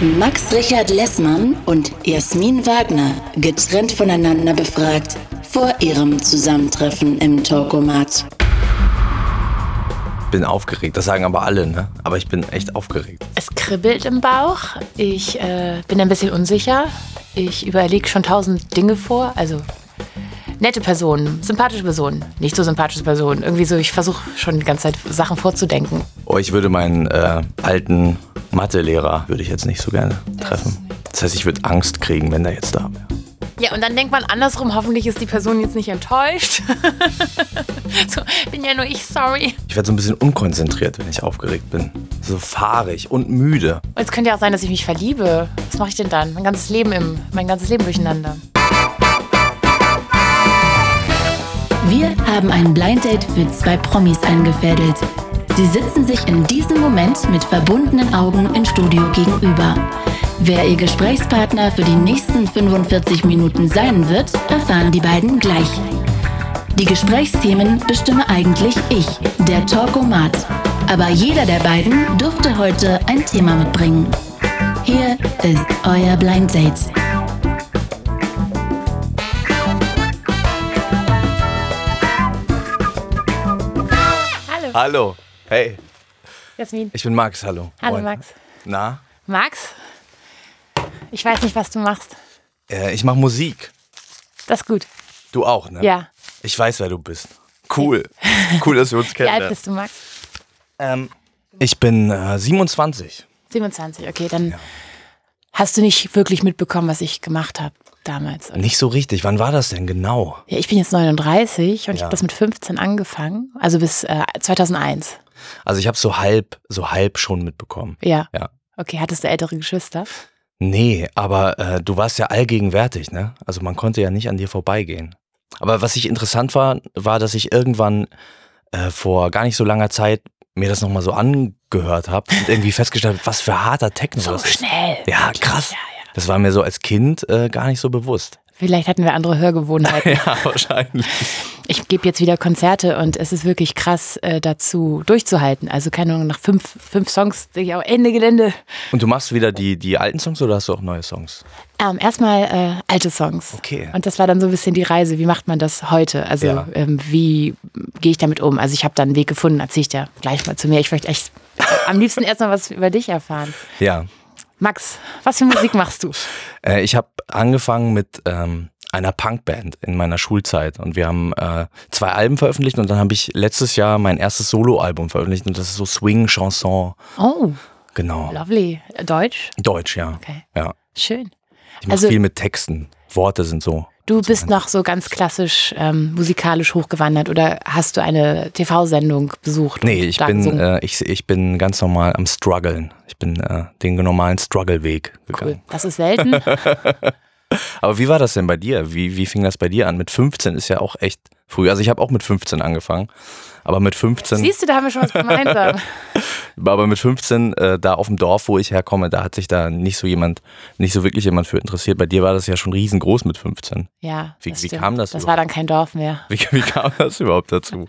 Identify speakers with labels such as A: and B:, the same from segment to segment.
A: Max Richard Lessmann und Jasmin Wagner, getrennt voneinander befragt, vor ihrem Zusammentreffen im Talkomat.
B: Bin aufgeregt, das sagen aber alle, ne? Aber ich bin echt aufgeregt.
C: Es kribbelt im Bauch, ich bin ein bisschen unsicher, ich überlege schon 1000 Dinge vor, also nette Personen, sympathische Personen, nicht so sympathische Personen. Irgendwie so, ich versuche schon die ganze Zeit Sachen vorzudenken.
B: Oh, ich würde meinen alten Mathelehrer würde ich jetzt nicht so gerne treffen. Das heißt, ich würde Angst kriegen, wenn der jetzt da wäre.
C: Ja, und dann denkt man andersrum, hoffentlich ist die Person jetzt nicht enttäuscht. So, bin ja nur ich, sorry.
B: Ich werde so ein bisschen unkonzentriert, wenn ich aufgeregt bin. So fahrig und müde.
C: Und es könnte ja auch sein, dass ich mich verliebe. Was mache ich denn dann? Mein ganzes Leben durcheinander.
A: Wir haben ein Blind Date für 2 Promis eingefädelt. Sie sitzen sich in diesem Moment mit verbundenen Augen im Studio gegenüber. Wer ihr Gesprächspartner für die nächsten 45 Minuten sein wird, erfahren die beiden gleich. Die Gesprächsthemen bestimme eigentlich ich, der Talkomat. Aber jeder der beiden durfte heute ein Thema mitbringen. Hier ist euer Blind Date.
B: Hallo, hey.
C: Jasmin.
B: Ich bin Max, hallo.
C: Hallo
B: Moin.
C: Max.
B: Na?
C: Max? Ich weiß nicht, was du machst.
B: Ich mache Musik.
C: Das ist gut.
B: Du auch, ne?
C: Ja.
B: Ich weiß, wer du bist. Cool. Cool, dass wir uns
C: Wie
B: kennenlernen.
C: alt bist du, Max?
B: Ich bin 27.
C: 27, okay, dann hast du nicht wirklich mitbekommen, was ich gemacht habe damals. Oder?
B: Nicht so richtig. Wann war das denn genau?
C: Ja, ich bin jetzt 39 und ich
B: Ja.
C: habe das mit 15 angefangen, also bis 2001.
B: Also ich habe so halb schon mitbekommen.
C: Ja.
B: Ja.
C: Okay, hattest du ältere Geschwister?
B: Nee, aber du warst ja allgegenwärtig, ne? Also man konnte ja nicht an dir vorbeigehen. Aber was ich interessant war, dass ich irgendwann vor gar nicht so langer Zeit mir das nochmal so angehört habe und irgendwie festgestellt habe, was für harter Techno
C: So
B: das ist.
C: schnell.
B: Ja, krass.
C: Ja.
B: Das war mir so als Kind gar nicht so bewusst.
C: Vielleicht hatten wir andere Hörgewohnheiten.
B: Ja, wahrscheinlich.
C: Ich gebe jetzt wieder Konzerte und es ist wirklich krass, dazu durchzuhalten. Also keine Ahnung, nach fünf Songs denke ich auch Ende Gelände.
B: Und du machst wieder die alten Songs oder hast du auch neue Songs?
C: Erstmal alte Songs.
B: Okay.
C: Und das war dann so ein bisschen die Reise. Wie macht man das heute? Also
B: Ja.
C: Wie gehe ich damit um? Also ich habe da einen Weg gefunden, erzähle ich dir gleich mal zu mir. Ich möchte echt am liebsten erstmal was über dich erfahren.
B: Ja.
C: Max, was für Musik machst du?
B: Ich habe angefangen mit einer Punkband in meiner Schulzeit und wir haben 2 Alben veröffentlicht und dann habe ich letztes Jahr mein erstes Soloalbum veröffentlicht und das ist so Swing, Chanson.
C: Oh,
B: Genau.
C: lovely. Deutsch?
B: Deutsch, ja.
C: Okay.
B: Ja.
C: Schön.
B: Ich mache viel mit Texten. Worte sind so.
C: Du bist noch so ganz klassisch musikalisch hochgewandert oder hast du eine TV-Sendung besucht?
B: Nee,
C: und
B: ich
C: da
B: bin,
C: gesungen?
B: ich bin ganz normal am Struggeln. Ich bin den normalen Struggle-Weg gegangen.
C: Cool. Das ist selten.
B: Aber wie war das denn bei dir? Wie fing das bei dir an? Mit 15 ist ja auch echt früh. Also ich habe auch mit 15 angefangen. Aber mit 15,
C: Siehst du, da haben wir schon was gemeinsam.
B: da auf dem Dorf, wo ich herkomme, da hat sich da nicht so wirklich jemand für interessiert. Bei dir war das ja schon riesengroß mit 15.
C: Ja,
B: Wie
C: stimmt.
B: kam das
C: Das
B: überhaupt?
C: war dann kein Dorf mehr.
B: Wie kam das überhaupt dazu?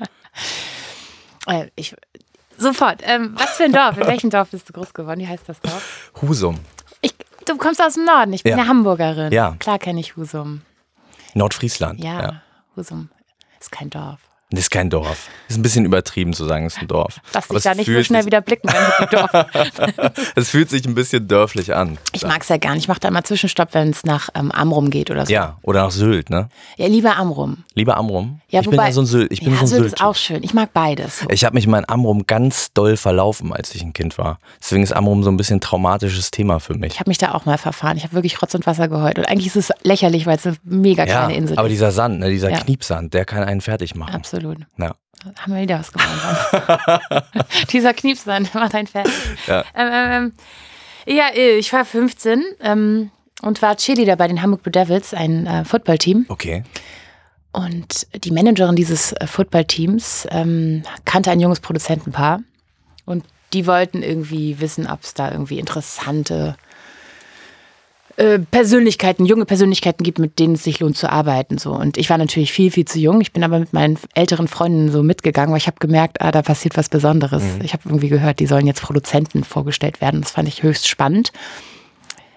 C: Sofort. Was für ein Dorf? In welchem Dorf bist du groß geworden? Wie heißt das Dorf?
B: Husum,
C: Du kommst aus dem Norden. Ich bin
B: Ja.
C: eine Hamburgerin.
B: Ja.
C: Klar kenne ich Husum.
B: Nordfriesland.
C: Ja, Husum ist kein Dorf.
B: Das ist kein Dorf. Ist ein bisschen übertrieben zu sagen, es ist ein Dorf.
C: Lass
B: Aber
C: dich da
B: es
C: nicht so
B: fühlt
C: schnell
B: sich-
C: wieder blicken. Wenn du Dorf.
B: Es fühlt sich ein bisschen dörflich an.
C: Ich mag es ja gar nicht. Ich mache da immer Zwischenstopp, wenn es nach Amrum geht oder so.
B: Ja, oder nach Sylt, ne?
C: Ja, lieber Amrum.
B: Lieber Amrum.
C: Ja,
B: ich bin ja so ein Sylt. Ich bin so ein
C: Sylt
B: Sylt.
C: ist auch schön. Ich mag beides.
B: Ich habe mich mal in Amrum ganz doll verlaufen, als ich ein Kind war. Deswegen ist Amrum so ein bisschen ein traumatisches Thema für mich.
C: Ich habe mich da auch mal verfahren. Ich habe wirklich Rotz und Wasser geheult. Und eigentlich ist es lächerlich, weil es eine mega
B: Ja,
C: kleine Insel
B: aber
C: ist.
B: dieser Sand, ne, dieser
C: Ja.
B: Kniepsand, der kann einen fertig machen.
C: Absolut.
B: Ja.
C: Haben wir wieder was gemeinsam. Dieser Kniepsand macht einen fertig.
B: Ja.
C: Ich war 15 und war Cheerleader bei den Hamburg Blue Devils, ein Footballteam.
B: Okay.
C: Und die Managerin dieses Footballteams kannte ein junges Produzentenpaar. Und die wollten irgendwie wissen, ob es da irgendwie interessante Persönlichkeiten, junge Persönlichkeiten gibt, mit denen es sich lohnt zu arbeiten. So. Und ich war natürlich viel, viel zu jung. Ich bin aber mit meinen älteren Freunden so mitgegangen, weil ich habe gemerkt, da passiert was Besonderes. Ich habe irgendwie gehört, die sollen jetzt Produzenten vorgestellt werden. Das fand ich höchst spannend.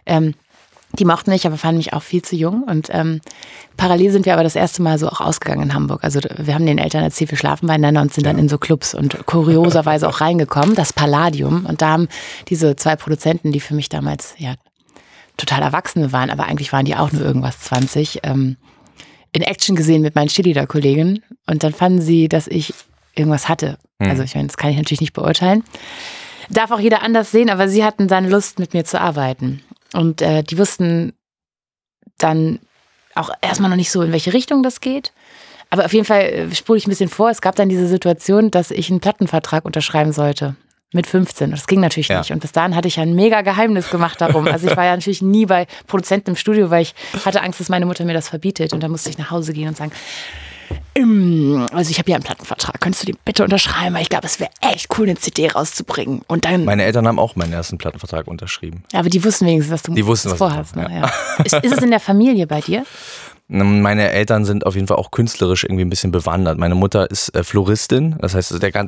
C: Die mochten mich, aber fanden mich auch viel zu jung. Und parallel sind wir aber das erste Mal so auch ausgegangen in Hamburg. Also wir haben den Eltern erzählt, wir schlafen beieinander und sind dann in so Clubs und kurioserweise auch reingekommen, das Palladium. Und da haben diese 2 Produzenten, die für mich damals total Erwachsene waren, aber eigentlich waren die auch nur irgendwas 20, in Action gesehen mit meinen Cheerleader-Kollegen. Und dann fanden sie, dass ich irgendwas hatte. Also ich meine, das kann ich natürlich nicht beurteilen. Darf auch jeder anders sehen, aber sie hatten dann Lust, mit mir zu arbeiten. Und die wussten dann auch erstmal noch nicht so, in welche Richtung das geht. Aber auf jeden Fall spule ich ein bisschen vor. Es gab dann diese Situation, dass ich einen Plattenvertrag unterschreiben sollte. Mit 15. Das ging natürlich nicht. Und bis dahin hatte ich ja ein mega Geheimnis gemacht darum. Also ich war ja natürlich nie bei Produzenten im Studio, weil ich hatte Angst, dass meine Mutter mir das verbietet. Und dann musste ich nach Hause gehen und sagen, also ich habe ja einen Plattenvertrag, könntest du den bitte unterschreiben? Weil ich glaube, es wäre echt cool, eine CD rauszubringen. Und dann,
B: meine Eltern haben auch meinen ersten Plattenvertrag unterschrieben.
C: Ja, aber die wussten wenigstens, dass du
B: was
C: vorhast. Ne? Ja. Ist es in der Familie bei dir?
B: Meine Eltern sind auf jeden Fall auch künstlerisch irgendwie ein bisschen bewandert. Meine Mutter ist Floristin, das heißt, die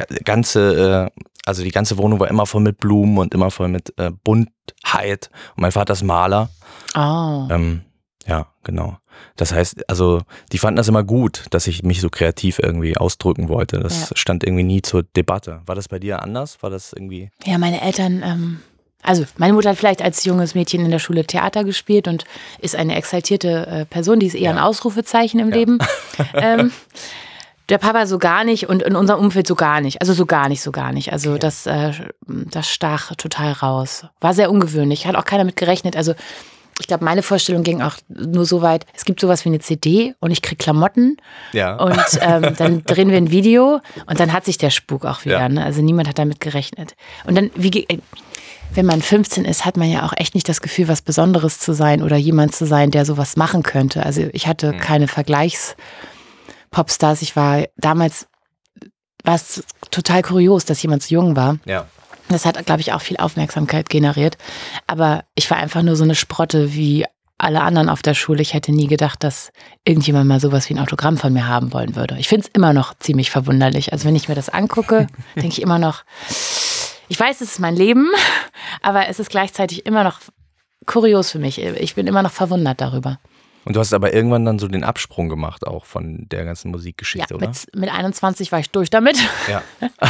B: ganze Wohnung war immer voll mit Blumen und immer voll mit Buntheit. Und mein Vater ist Maler.
C: Oh.
B: Ja, genau. Das heißt, also die fanden das immer gut, dass ich mich so kreativ irgendwie ausdrücken wollte. Das stand irgendwie nie zur Debatte. War das bei dir anders? War das irgendwie?
C: Ja, meine Eltern, also meine Mutter hat vielleicht als junges Mädchen in der Schule Theater gespielt und ist eine exaltierte Person, die ist eher ein Ausrufezeichen im Leben. Der Papa so gar nicht und in unserem Umfeld so gar nicht. Also so gar nicht. Also das stach total raus. War sehr ungewöhnlich. Hat auch keiner mit gerechnet. Also ich glaube, meine Vorstellung ging auch nur so weit, es gibt sowas wie eine CD und ich kriege Klamotten und dann drehen wir ein Video und dann hat sich der Spuk auch wieder. Ne? Also niemand hat damit gerechnet. Und dann, wenn man 15 ist, hat man ja auch echt nicht das Gefühl, was Besonderes zu sein oder jemand zu sein, der sowas machen könnte. Also ich hatte keine Vergleichs-Popstars. Damals war es total kurios, dass jemand so jung war.
B: Ja.
C: Das hat, glaube ich, auch viel Aufmerksamkeit generiert. Aber ich war einfach nur so eine Sprotte wie alle anderen auf der Schule. Ich hätte nie gedacht, dass irgendjemand mal sowas wie ein Autogramm von mir haben wollen würde. Ich finde es immer noch ziemlich verwunderlich. Also wenn ich mir das angucke, denke ich immer noch, ich weiß, es ist mein Leben, aber es ist gleichzeitig immer noch kurios für mich. Ich bin immer noch verwundert darüber.
B: Und du hast aber irgendwann dann so den Absprung gemacht auch von der ganzen Musikgeschichte, oder?
C: Mit 21 war ich durch damit.
B: Ja.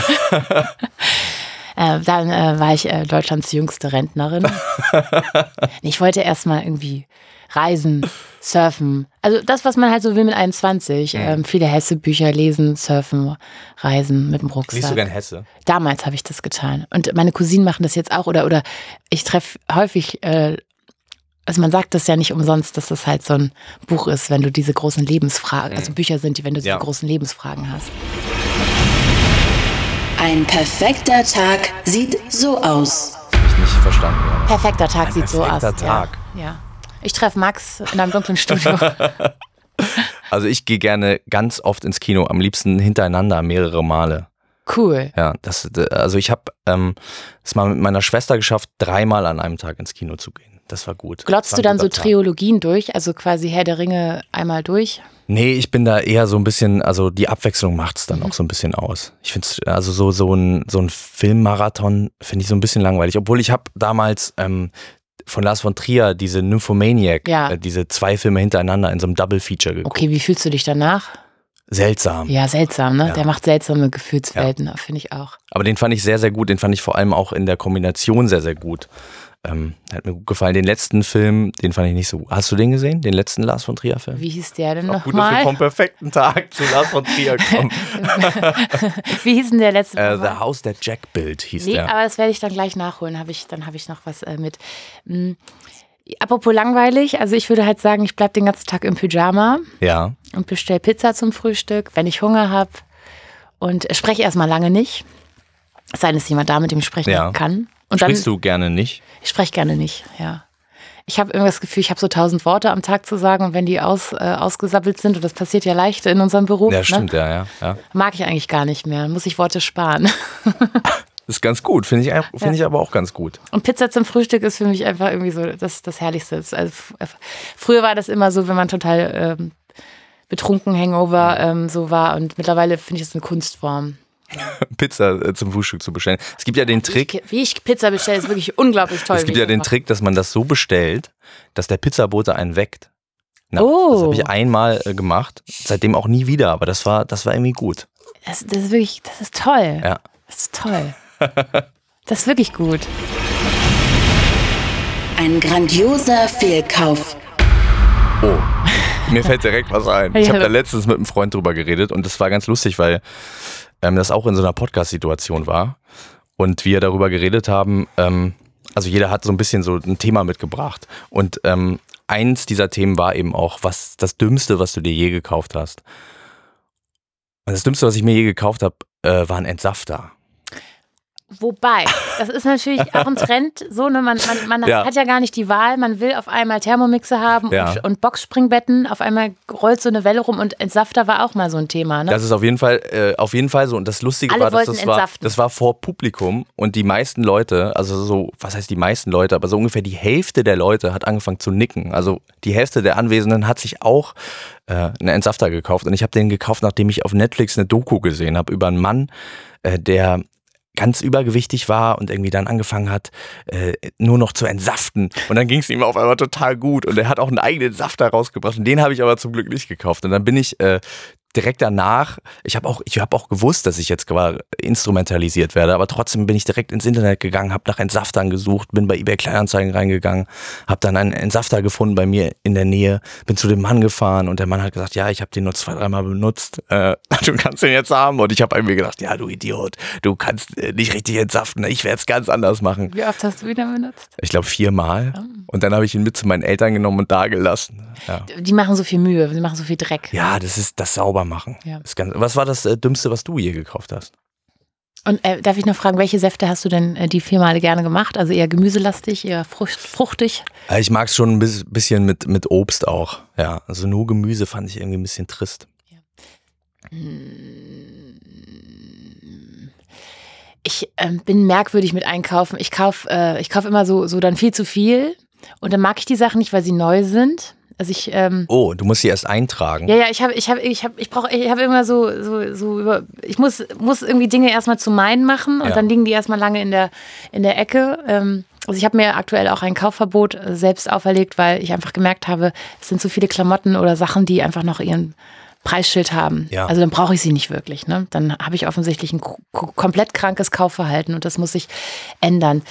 C: Dann war ich Deutschlands jüngste Rentnerin. Ich wollte erstmal irgendwie reisen, surfen. Also das, was man halt so will mit 21. Viele Hesse-Bücher lesen, surfen, reisen mit dem Rucksack.
B: Liest du gern Hesse?
C: Damals habe ich das getan. Und meine Cousinen machen das jetzt auch. Oder ich treffe häufig, also man sagt das ja nicht umsonst, dass das halt so ein Buch ist, wenn du diese großen Lebensfragen, also Bücher sind, die, wenn du diese großen Lebensfragen hast.
A: Ein perfekter Tag sieht so aus.
B: Hab ich nicht verstanden. Ja.
C: Perfekter Tag sieht so aus.
B: Perfekter Tag.
C: Ja. Ich treffe Max in einem dunklen Studio.
B: Also ich gehe gerne ganz oft ins Kino, am liebsten hintereinander, mehrere Male.
C: Cool.
B: Ja, also ich habe es mal mit meiner Schwester geschafft, 3-mal an einem Tag ins Kino zu gehen. Das war gut.
C: Glotzt du dann so Trilogien durch, also quasi Herr der Ringe einmal durch?
B: Nee, ich bin da eher so ein bisschen, also die Abwechslung macht's dann auch so ein bisschen aus. Ich finde es, also so ein Filmmarathon finde ich so ein bisschen langweilig. Obwohl ich habe damals von Lars von Trier diese Nymphomaniac, diese 2 Filme hintereinander in so einem Double-Feature geguckt.
C: Okay, wie fühlst du dich danach?
B: Seltsam.
C: Ja, seltsam, ne? Ja. Der macht seltsame Gefühlswelten, finde ich auch.
B: Aber den fand ich sehr, sehr gut. Den fand ich vor allem auch in der Kombination sehr, sehr gut. Hat mir gut gefallen. Den letzten Film, den fand ich nicht so gut. Hast du den gesehen? Den letzten Lars von Trier Film?
C: Wie hieß der denn nochmal?
B: Gut, dass wir vom perfekten Tag zu Lars von Trier kommen.
C: Wie hieß denn der letzte Film?
B: The House That Jack Built hieß der.
C: Aber das werde ich dann gleich nachholen. Dann habe ich noch was mit. Apropos langweilig, also ich würde halt sagen, ich bleibe den ganzen Tag im Pyjama.
B: Ja.
C: Und bestelle Pizza zum Frühstück, wenn ich Hunger habe. Und spreche erstmal lange nicht. Es sei denn, dass jemand da mit dem ich sprechen kann. Und
B: sprichst du gerne nicht?
C: Ich spreche gerne nicht, ja. Ich habe irgendwie das Gefühl, ich habe so 1000 Worte am Tag zu sagen und wenn die ausgesappelt sind, und das passiert ja leicht in unserem Beruf,
B: ja, stimmt, ja.
C: Mag ich eigentlich gar nicht mehr, muss ich Worte sparen.
B: Das ist ganz gut, finde ich aber auch ganz gut.
C: Und Pizza zum Frühstück ist für mich einfach irgendwie so das Herrlichste. Also, früher war das immer so, wenn man total betrunken Hangover so war und mittlerweile finde ich das eine Kunstform.
B: Pizza zum Frühstück zu bestellen. Es gibt ja den Trick.
C: Wie ich Pizza bestelle, ist wirklich unglaublich toll.
B: Es gibt ja den Trick, dass man das so bestellt, dass der Pizzabote einen weckt. Das habe ich einmal gemacht, seitdem auch nie wieder, aber das war irgendwie gut.
C: Das ist wirklich, das ist toll.
B: Ja.
C: Das ist toll. Das ist wirklich gut.
A: Ein grandioser Fehlkauf.
B: Oh, mir fällt direkt was ein. Ich habe da letztens mit einem Freund drüber geredet und das war ganz lustig, weil das auch in so einer Podcast-Situation war und wir darüber geredet haben, also jeder hat so ein bisschen so ein Thema mitgebracht und eins dieser Themen war eben auch, was das Dümmste, was du dir je gekauft hast. Und das Dümmste, was ich mir je gekauft habe, war ein Entsafter.
C: Wobei, das ist natürlich auch ein Trend, so, ne, man hat ja gar nicht die Wahl, man will auf einmal Thermomixe haben und Boxspringbetten, auf einmal rollt so eine Welle rum und Entsafter war auch mal so ein Thema, ne?
B: Das ist auf jeden Fall so und das Lustige
C: Alle
B: war, dass
C: entsaften.
B: das war vor Publikum und die meisten Leute, also so, was heißt die meisten Leute, aber so ungefähr die Hälfte der Leute hat angefangen zu nicken, also die Hälfte der Anwesenden hat sich auch einen Entsafter gekauft und ich habe den gekauft, nachdem ich auf Netflix eine Doku gesehen habe über einen Mann, der ganz übergewichtig war und irgendwie dann angefangen hat, nur noch zu entsaften. Und dann ging es ihm auf einmal total gut. Und er hat auch einen eigenen Safter rausgebracht. Und den habe ich aber zum Glück nicht gekauft. Und dann bin ich direkt danach, ich habe auch gewusst, dass ich jetzt instrumentalisiert werde, aber trotzdem bin ich direkt ins Internet gegangen, habe nach Entsaftern gesucht, bin bei eBay Kleinanzeigen reingegangen, habe dann einen Entsafter gefunden bei mir in der Nähe, bin zu dem Mann gefahren und der Mann hat gesagt, ja, ich habe den nur 2-3 Mal benutzt, du kannst den jetzt haben. Und ich habe mir gedacht, ja, du Idiot, du kannst nicht richtig entsaften, ich werde es ganz anders machen.
C: Wie oft hast du ihn dann benutzt?
B: Ich glaube 4 Mal. Und dann habe ich ihn mit zu meinen Eltern genommen und da gelassen. Ja.
C: Die machen so viel Mühe, sie machen so viel Dreck.
B: Ja, das ist das sauber machen.
C: Ja.
B: Was war das Dümmste, was du je gekauft hast?
C: Und darf ich noch fragen, welche Säfte hast du denn die 4 Male gerne gemacht? Also eher gemüselastig, eher fruchtig?
B: Ich mag es schon ein bisschen mit Obst auch. Ja, also nur Gemüse fand ich irgendwie ein bisschen trist.
C: Ja. Ich bin merkwürdig mit Einkaufen. Ich kauf immer so dann viel zu viel und dann mag ich die Sachen nicht, weil sie neu sind. Also
B: du musst sie erst eintragen.
C: Ja, ich habe immer ich muss irgendwie Dinge erstmal zu meinen machen und dann liegen die erstmal lange in der Ecke. Also ich habe mir aktuell auch ein Kaufverbot selbst auferlegt, weil ich einfach gemerkt habe, es sind so viele Klamotten oder Sachen, die einfach noch ihren Preisschild haben. Ja. Also dann brauche ich sie nicht wirklich. Ne? Dann habe ich offensichtlich ein komplett krankes Kaufverhalten und das muss sich ändern.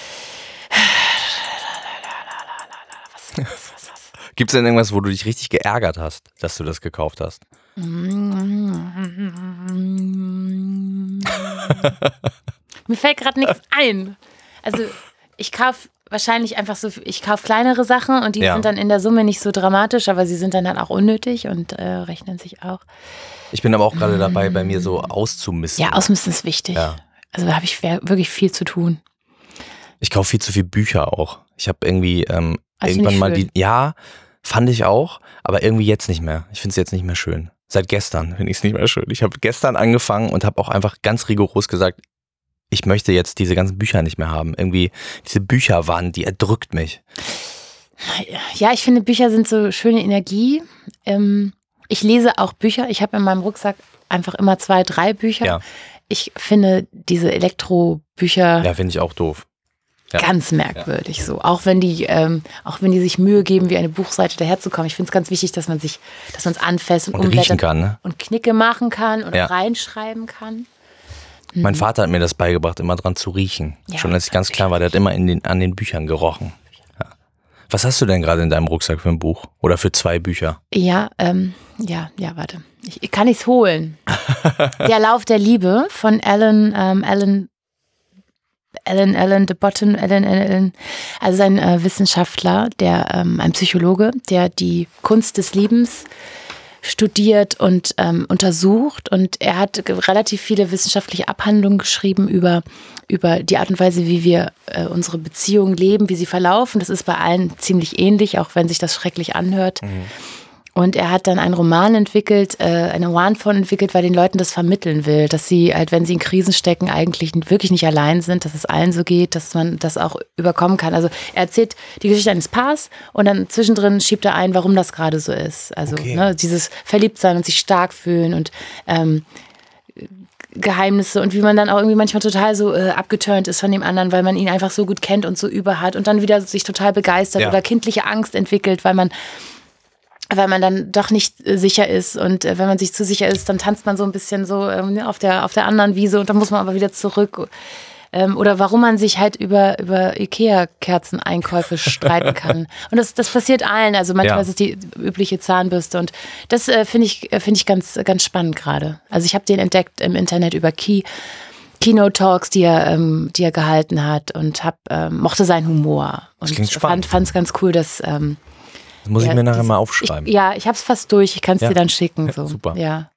B: Gibt es denn irgendwas, wo du dich richtig geärgert hast, dass du das gekauft hast?
C: Mir fällt gerade nichts ein. Also ich kaufe wahrscheinlich einfach ich kaufe kleinere Sachen und die sind dann in der Summe nicht so dramatisch, aber sie sind dann auch unnötig und rechnen sich auch.
B: Ich bin aber auch gerade dabei, bei mir so auszumisten.
C: Ja, ausmisten ist wichtig. Ja. Also da habe ich wirklich viel zu tun.
B: Ich kaufe viel zu viel Bücher auch. Ich habe irgendwie irgendwann mal fand ich auch, aber irgendwie jetzt nicht mehr. Ich finde es jetzt nicht mehr schön. Seit gestern finde ich es nicht mehr schön. Ich habe gestern angefangen und habe auch einfach ganz rigoros gesagt, ich möchte jetzt diese ganzen Bücher nicht mehr haben. Irgendwie diese Bücherwand, die erdrückt mich.
C: Ja, ich finde, Bücher sind so schöne Energie. Ich lese auch Bücher. Ich habe in meinem Rucksack einfach immer 2, 3 Bücher. Ja. Ich finde diese Elektrobücher...
B: Ja, finde ich auch doof.
C: Ja. Ganz merkwürdig so. Auch wenn die sich Mühe geben, wie eine Buchseite daherzukommen. Ich finde es ganz wichtig, dass man es anfasst und umblättern
B: kann, ne?
C: Und Knicke machen kann und reinschreiben kann.
B: Mein Vater hat mir das beigebracht, immer dran zu riechen. Ja, schon als ich ganz klar war, der hat immer an den Büchern gerochen. Ja. Was hast du denn gerade in deinem Rucksack für ein Buch? Oder für 2 Bücher?
C: Ja, warte. Ich kann nichts holen. Der Lauf der Liebe von Alan de Botton, also ein Wissenschaftler, ein Psychologe, der die Kunst des Liebens studiert und untersucht, und er hat relativ viele wissenschaftliche Abhandlungen geschrieben über die Art und Weise, wie wir unsere Beziehungen leben, wie sie verlaufen. Das ist bei allen ziemlich ähnlich, auch wenn sich das schrecklich anhört. Mhm. Und er hat dann einen Roman entwickelt, einen Roman entwickelt, weil den Leuten das vermitteln will, dass sie halt, wenn sie in Krisen stecken, eigentlich wirklich nicht allein sind, dass es allen so geht, dass man das auch überkommen kann. Also er erzählt die Geschichte eines Paars und dann zwischendrin schiebt er ein, warum das gerade so ist. Also dieses Verliebtsein und sich stark fühlen und Geheimnisse und wie man dann auch irgendwie manchmal total so abgeturnt ist von dem anderen, weil man ihn einfach so gut kennt und so über hat und dann wieder sich total begeistert oder kindliche Angst entwickelt, weil man dann doch nicht sicher ist und wenn man sich zu sicher ist, dann tanzt man so ein bisschen so auf der anderen Wiese und dann muss man aber wieder zurück. Oder warum man sich halt über Ikea-Kerzeneinkäufe streiten kann. Und das passiert allen. Also manchmal ist es die übliche Zahnbürste. Und das finde ich ganz, ganz spannend gerade. Also ich habe den entdeckt im Internet über Keynote-Talks, die er gehalten hat und mochte seinen Humor. Und
B: das klingt spannend.
C: Fand es ganz cool, dass
B: das muss ich mir nachher mal aufschreiben.
C: Ich habe es fast durch. Ich kann es dir dann schicken. So.
B: Super.
C: Ja.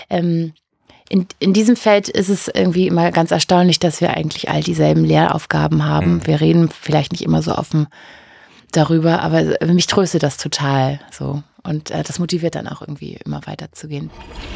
C: In diesem Feld ist es irgendwie immer ganz erstaunlich, dass wir eigentlich all dieselben Lehraufgaben haben. Wir reden vielleicht nicht immer so offen darüber, aber mich tröstet das total so. Und das motiviert dann auch irgendwie immer weiterzugehen.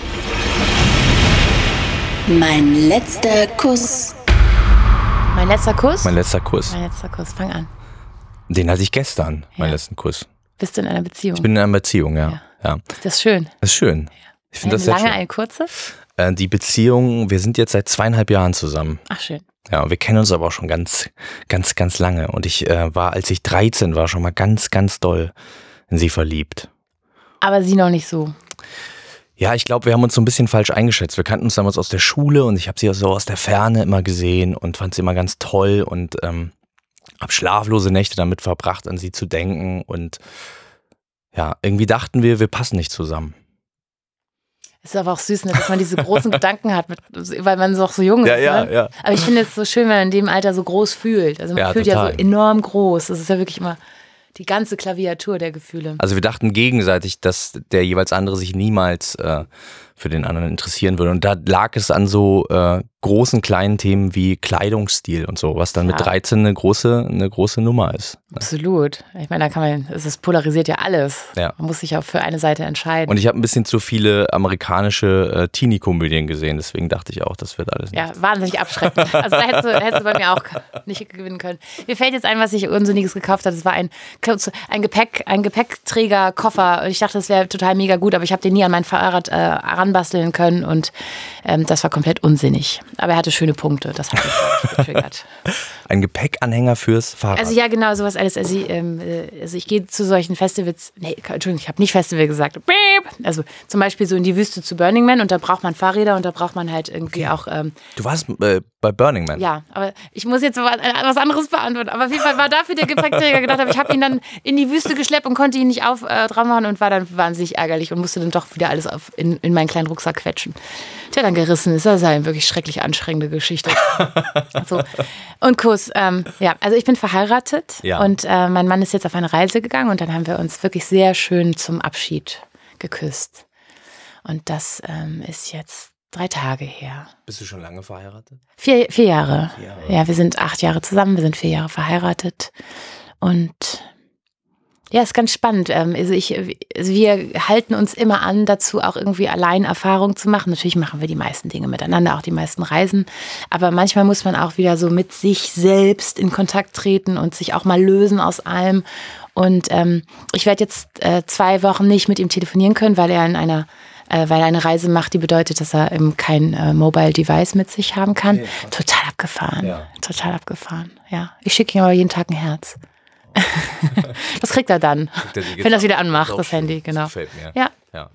A: Mein letzter Kuss.
C: Mein letzter Kuss?
B: Mein letzter Kuss.
C: Mein letzter Kuss, fang an.
B: Den hatte ich gestern, meinen letzten Kuss.
C: Bist du in einer Beziehung?
B: Ich bin in einer Beziehung, ja.
C: Ist das schön?
B: Das ist schön. Ich finde das sehr schön.
C: Eine lange, eine kurze?
B: Die Beziehung, wir sind jetzt seit 2,5 Jahren zusammen.
C: Ach, schön.
B: Ja, wir kennen uns aber auch schon ganz, ganz, ganz lange. Und ich war, als ich 13 war, schon mal ganz, ganz doll in sie verliebt.
C: Aber sie noch nicht so.
B: Ja, ich glaube, wir haben uns so ein bisschen falsch eingeschätzt. Wir kannten uns damals aus der Schule und ich habe sie so aus der Ferne immer gesehen und fand sie immer ganz toll und habe schlaflose Nächte damit verbracht, an sie zu denken. Und ja, irgendwie dachten wir passen nicht zusammen.
C: Ist aber auch süß, ne, dass man diese großen Gedanken hat, weil man so jung ist.
B: Ja.
C: Aber ich finde es so schön, wenn man in dem Alter so groß fühlt. Also man fühlt
B: total.
C: ja so enorm groß. Das ist ja wirklich immer die ganze Klaviatur der Gefühle.
B: Also wir dachten gegenseitig, dass der jeweils andere sich niemals für den anderen interessieren würde. Und da lag es an so großen, kleinen Themen wie Kleidungsstil und so, was dann mit 13 eine große Nummer ist.
C: Absolut. Ich meine, es polarisiert ja alles.
B: Ja.
C: Man muss sich auch für eine Seite entscheiden.
B: Und ich habe ein bisschen zu viele amerikanische Teenie-Komödien gesehen, deswegen dachte ich auch, das wird alles nicht.
C: Ja, wahnsinnig abschreckend. Also da hättest du bei mir auch nicht gewinnen können. Mir fällt jetzt ein, was ich Unsinniges gekauft habe. Das war ein Gepäckträger-Koffer. Und ich dachte, das wäre total mega gut, aber ich habe den nie an mein Fahrrad ranbasteln können und das war komplett unsinnig. Aber er hatte schöne Punkte, das hat mich getriggert.
B: Ein Gepäckanhänger fürs Fahrrad?
C: Also ja, genau, sowas alles. Also ich gehe zu solchen Festivals, Entschuldigung, ich habe nicht Festival gesagt. Also zum Beispiel so in die Wüste zu Burning Man und da braucht man Fahrräder und da braucht man halt irgendwie auch...
B: Du warst bei Burning Man?
C: Ja, aber ich muss jetzt was anderes beantworten. Aber auf jeden Fall war dafür der Gepäckträger gedacht, aber ich habe ihn dann in die Wüste geschleppt und konnte ihn nicht dran machen und war dann wahnsinnig ärgerlich und musste dann doch wieder alles in meinen kleinen Rucksack quetschen. Tja, dann gerissen ist das eine wirklich schrecklich anstrengende Geschichte. So. Und Kuss, also ich bin verheiratet und mein Mann ist jetzt auf eine Reise gegangen und dann haben wir uns wirklich sehr schön zum Abschied geküsst. Und das ist jetzt 3 Tage her.
B: Bist du schon lange verheiratet?
C: 4 Jahre. Ja, wir sind 8 Jahre zusammen, wir sind 4 Jahre verheiratet. Und ja, ist ganz spannend. Also wir halten uns immer an, dazu auch irgendwie allein Erfahrung zu machen. Natürlich machen wir die meisten Dinge miteinander, auch die meisten Reisen. Aber manchmal muss man auch wieder so mit sich selbst in Kontakt treten und sich auch mal lösen aus allem. Und ich werde jetzt 2 Wochen nicht mit ihm telefonieren können, weil er eine Reise macht, die bedeutet, dass er kein Mobile Device mit sich haben kann. Okay. Total abgefahren. Ja. Total abgefahren. Ja. Ich schicke ihm aber jeden Tag ein Herz. Das kriegt er dann, wenn er das wieder anmacht, das Handy. Genau. Das
B: gefällt mir.
C: Ja.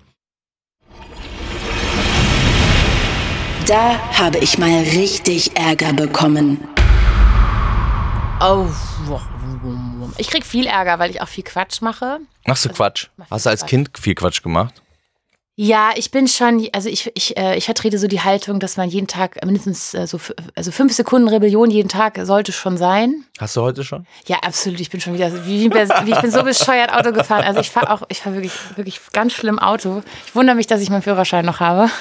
A: Da habe ich mal richtig Ärger bekommen.
C: Oh, ich krieg viel Ärger, weil ich auch viel Quatsch mache.
B: Machst du Quatsch? Hast du als Kind viel Quatsch gemacht?
C: Ja, ich bin schon, also ich vertrete so die Haltung, dass man jeden Tag mindestens 5 Sekunden Rebellion jeden Tag sollte schon sein.
B: Hast du heute schon?
C: Ja, absolut. Ich bin schon wieder, ich bin so bescheuert Auto gefahren. Also ich fahre wirklich, wirklich ganz schlimm Auto. Ich wundere mich, dass ich meinen Führerschein noch habe.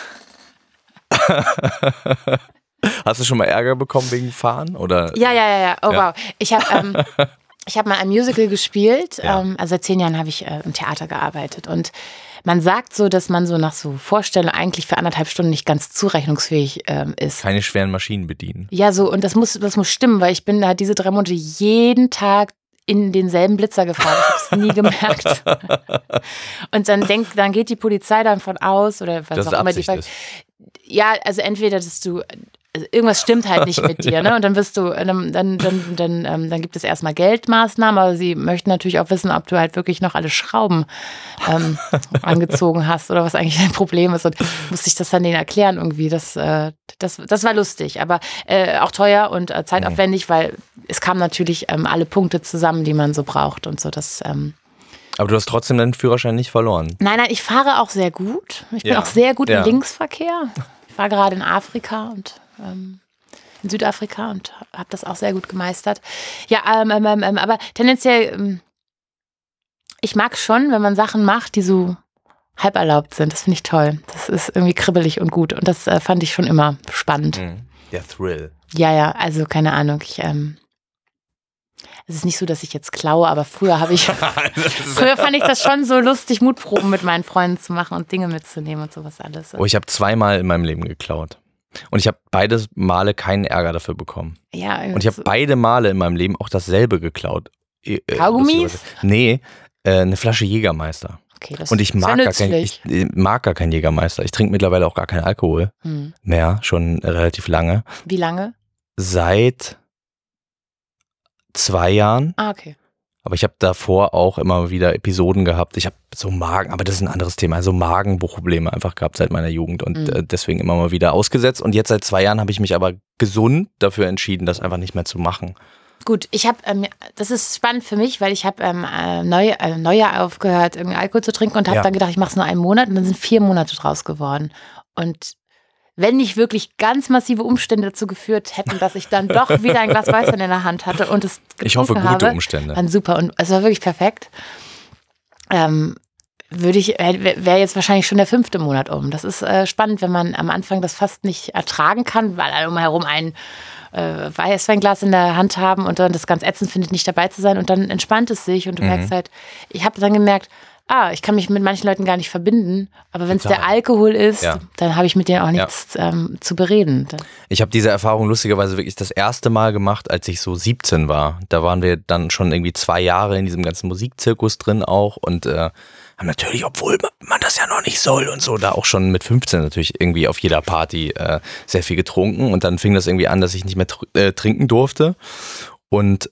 B: Hast du schon mal Ärger bekommen wegen Fahren? Oder?
C: Ja. Oh wow. Ich habe mal ein Musical gespielt. Also seit 10 Jahren habe ich im Theater gearbeitet und man sagt so, dass man so nach so Vorstellungen eigentlich für 1,5 Stunden nicht ganz zurechnungsfähig ist.
B: Keine schweren Maschinen bedienen.
C: Ja, so, und das muss stimmen, weil ich bin da diese 3 Monate jeden Tag in denselben Blitzer gefahren. Ich habe es nie gemerkt. Und dann geht die Polizei davon aus, oder was
B: das
C: auch immer. Ja, also entweder, dass du, also irgendwas stimmt halt nicht mit dir, ne? Und dann wirst du, dann gibt es erstmal Geldmaßnahmen, aber sie möchten natürlich auch wissen, ob du halt wirklich noch alle Schrauben angezogen hast oder was eigentlich dein Problem ist. Und musste ich das dann denen erklären irgendwie. Das war lustig, aber auch teuer und zeitaufwendig, weil es kamen natürlich alle Punkte zusammen, die man so braucht und so.
B: Aber du hast trotzdem deinen Führerschein nicht verloren.
C: Nein, ich fahre auch sehr gut. Ich bin auch sehr gut im Linksverkehr. Ich war gerade in Afrika und in Südafrika und habe das auch sehr gut gemeistert. Ja, aber tendenziell, ich mag schon, wenn man Sachen macht, die so halb erlaubt sind. Das finde ich toll. Das ist irgendwie kribbelig und gut. Und das fand ich schon immer spannend.
B: Der Thrill.
C: Ja, also keine Ahnung. Es ist nicht so, dass ich jetzt klaue, aber früher fand ich das schon so lustig, Mutproben mit meinen Freunden zu machen und Dinge mitzunehmen und sowas alles.
B: Oh, ich habe 2-mal in meinem Leben geklaut. Und ich habe beide Male keinen Ärger dafür bekommen.
C: Ja,
B: und ich habe beide Male in meinem Leben auch dasselbe geklaut.
C: Kaugummis?
B: Nee, eine Flasche Jägermeister.
C: Okay, das
B: und ich mag gar keinen Jägermeister. Ich trinke mittlerweile auch gar keinen Alkohol mehr, schon relativ lange.
C: Wie lange?
B: Seit 2 Jahren.
C: Ah, okay.
B: Aber ich habe davor auch immer wieder Episoden gehabt. Ich habe so aber das ist ein anderes Thema, also Magenprobleme einfach gehabt seit meiner Jugend und deswegen immer mal wieder ausgesetzt. Und jetzt seit 2 Jahren habe ich mich aber gesund dafür entschieden, das einfach nicht mehr zu machen.
C: Gut, das ist spannend für mich, weil ich habe Neujahr aufgehört, irgendwie Alkohol zu trinken und habe dann gedacht, ich mache es nur 1 Monat und dann sind 4 Monate draus geworden. Und wenn nicht wirklich ganz massive Umstände dazu geführt hätten, dass ich dann doch wieder ein Glas Weißwein in der Hand hatte und es getrunken
B: Ich hoffe, gute Umstände.
C: Dann super und es war wirklich perfekt. Wäre jetzt wahrscheinlich schon der 5. Monat um. Das ist spannend, wenn man am Anfang das fast nicht ertragen kann, weil alle umherum ein Weißweinglas in der Hand haben und dann das ganz ätzend findet, nicht dabei zu sein und dann entspannt es sich und du merkst halt, ich habe dann gemerkt, ich kann mich mit manchen Leuten gar nicht verbinden, aber wenn es der Alkohol ist, dann habe ich mit denen auch nichts zu bereden.
B: Ich habe diese Erfahrung lustigerweise wirklich das erste Mal gemacht, als ich so 17 war. Da waren wir dann schon irgendwie 2 Jahre in diesem ganzen Musikzirkus drin auch und haben natürlich, obwohl man das ja noch nicht soll und so, da auch schon mit 15 natürlich irgendwie auf jeder Party sehr viel getrunken und dann fing das irgendwie an, dass ich nicht mehr trinken durfte und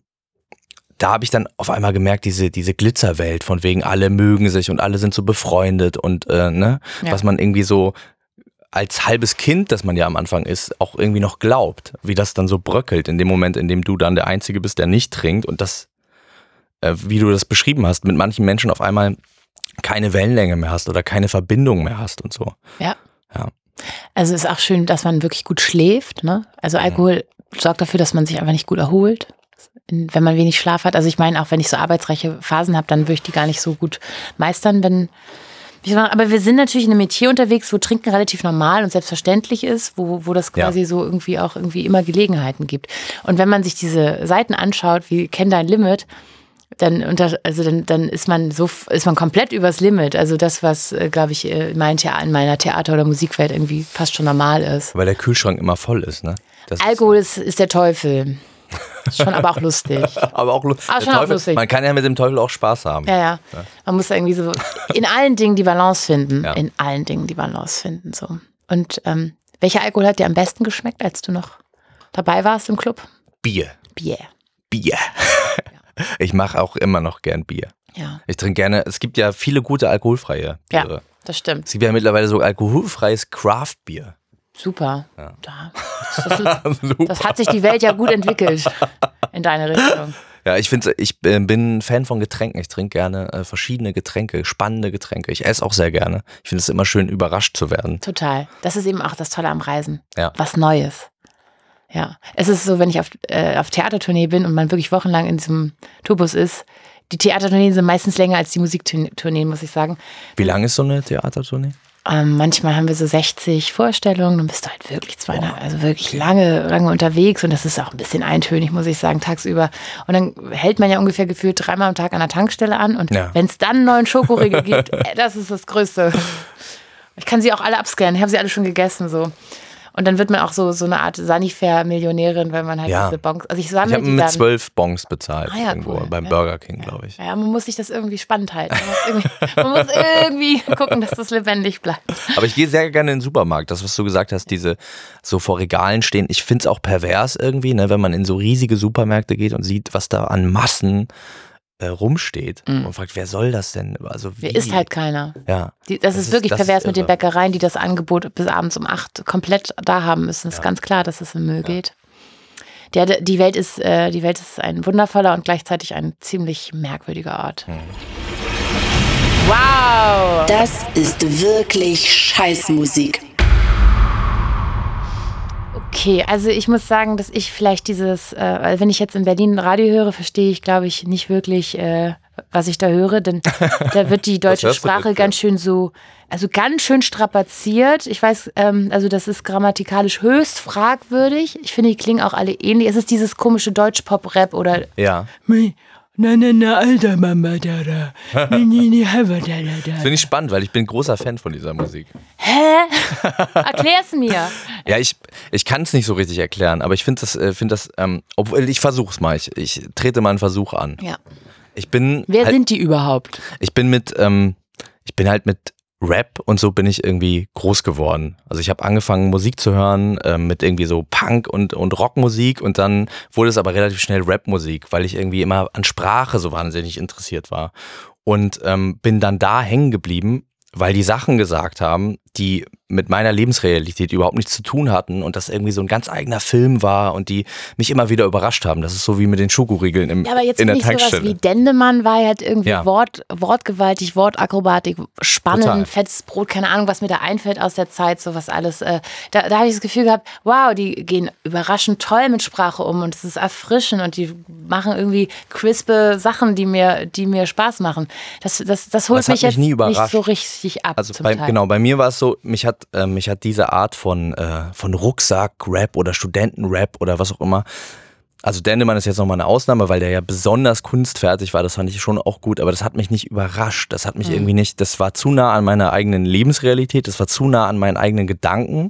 B: da habe ich dann auf einmal gemerkt, diese Glitzerwelt, von wegen alle mögen sich und alle sind so befreundet und was man irgendwie so als halbes Kind, das man ja am Anfang ist, auch irgendwie noch glaubt, wie das dann so bröckelt in dem Moment, in dem du dann der Einzige bist, der nicht trinkt und das, wie du das beschrieben hast, mit manchen Menschen auf einmal keine Wellenlänge mehr hast oder keine Verbindung mehr hast und so.
C: Ja. Also ist auch schön, dass man wirklich gut schläft, ne? Also Alkohol sorgt dafür, dass man sich einfach nicht gut erholt. Wenn man wenig Schlaf hat. Also ich meine, auch wenn ich so arbeitsreiche Phasen habe, dann würde ich die gar nicht so gut meistern, aber wir sind natürlich in einem Metier unterwegs, wo Trinken relativ normal und selbstverständlich ist, wo das quasi so irgendwie auch irgendwie immer Gelegenheiten gibt. Und wenn man sich diese Seiten anschaut, wie Kenn Dein Limit, dann ist man komplett übers Limit. Also das, was, glaube ich, in meiner Theater- oder Musikwelt irgendwie fast schon normal ist.
B: Weil der Kühlschrank immer voll ist, ne?
C: Alkohol ist der Teufel. Schon aber auch lustig.
B: Aber auch lustig. Man kann ja mit dem Teufel auch Spaß haben.
C: Ja. Man muss irgendwie so in allen Dingen die Balance finden. Ja. In allen Dingen die Balance finden. So. Und welcher Alkohol hat dir am besten geschmeckt, als du noch dabei warst im Club?
B: Bier.
C: Ja.
B: Ich mache auch immer noch gern Bier.
C: Ja.
B: Ich trinke gerne, es gibt ja viele gute alkoholfreie Biere.
C: Ja, das stimmt.
B: Es gibt ja mittlerweile so alkoholfreies Craft-Bier.
C: Super. Ja. Das hat sich die Welt ja gut entwickelt in deine Richtung.
B: Ja, ich bin Fan von Getränken. Ich trinke gerne verschiedene Getränke, spannende Getränke. Ich esse auch sehr gerne. Ich finde es immer schön, überrascht zu werden.
C: Total. Das ist eben auch das Tolle am Reisen.
B: Ja.
C: Was Neues. Ja. Es ist so, wenn ich auf Theatertournee bin und man wirklich wochenlang in diesem Tourbus ist, die Theatertourneen sind meistens länger als die Musiktourneen, muss ich sagen.
B: Wie lang ist so eine Theatertournee?
C: Manchmal haben wir so 60 Vorstellungen, dann bist du halt wirklich wirklich lange unterwegs und das ist auch ein bisschen eintönig, muss ich sagen, tagsüber. Und dann hält man ja ungefähr gefühlt 3-mal am Tag an der Tankstelle an und wenn es dann einen neuen Schokoriegel gibt, das ist das Größte. Ich kann sie auch alle abscannen, ich habe sie alle schon gegessen so. Und dann wird man auch so eine Art Sanifair-Millionärin, weil man halt diese Bons. Also ich
B: habe mit 12 Bons bezahlt irgendwo
C: cool.
B: beim Burger King, glaube ich.
C: Ja, man muss sich das irgendwie spannend halten. Man muss irgendwie gucken, dass das lebendig bleibt.
B: Aber ich gehe sehr gerne in den Supermarkt. Das, was du gesagt hast, diese so vor Regalen stehen. Ich finde es auch pervers irgendwie, ne, wenn man in so riesige Supermärkte geht und sieht, was da an Massen rumsteht und fragt, wer soll das denn? Also wie?
C: Ist halt keiner.
B: Ja.
C: Das ist wirklich pervers mit den Bäckereien, die das Angebot bis abends um 8 komplett da haben müssen. Es ist ganz klar, dass es im Müll geht. Die Welt ist ein wundervoller und gleichzeitig ein ziemlich merkwürdiger Ort. Wow!
A: Das ist wirklich Scheißmusik.
C: Okay, also ich muss sagen, dass ich vielleicht wenn ich jetzt in Berlin Radio höre, verstehe ich, glaube ich, nicht wirklich, was ich da höre, denn da wird die deutsche Sprache ganz schön ganz schön strapaziert. Ich weiß, also das ist grammatikalisch höchst fragwürdig. Ich finde, die klingen auch alle ähnlich. Es ist dieses komische Deutsch-Pop-Rap oder
B: alter Mama, da. Das finde ich spannend, weil ich bin großer Fan von dieser Musik.
C: Hä? Erklär's mir.
B: Ja, ich kann es nicht so richtig erklären, aber ich finde das, obwohl ich versuch's mal, ich trete mal einen Versuch an.
C: Ja.
B: Wer
C: sind die überhaupt?
B: Ich bin halt mit Rap und so bin ich irgendwie groß geworden. Also ich habe angefangen Musik zu hören mit irgendwie so Punk und Rockmusik und dann wurde es aber relativ schnell Rapmusik, weil ich irgendwie immer an Sprache so wahnsinnig interessiert war und bin dann da hängen geblieben, weil die Sachen gesagt haben, die mit meiner Lebensrealität überhaupt nichts zu tun hatten und das irgendwie so ein ganz eigener Film war und die mich immer wieder überrascht haben. Das ist so wie mit den Schokoriegeln in der Tankstelle.
C: Ja, aber jetzt sowas wie Dendemann war halt irgendwie wortgewaltig, Wortakrobatik, spannend, total. Fettes Brot, keine Ahnung, was mir da einfällt aus der Zeit, sowas alles. Da habe ich das Gefühl gehabt, wow, die gehen überraschend toll mit Sprache um und es ist erfrischend und die machen irgendwie crispe Sachen, die mir Spaß machen. Das holt mich jetzt nicht so richtig ab.
B: Also bei mir war es so, mich hat diese Art von Rucksack-Rap oder Studenten-Rap oder was auch immer, also Dendemann ist jetzt nochmal eine Ausnahme, weil der ja besonders kunstfertig war, das fand ich schon auch gut, aber das hat mich nicht überrascht, das hat mich irgendwie nicht, das war zu nah an meiner eigenen Lebensrealität, das war zu nah an meinen eigenen Gedanken.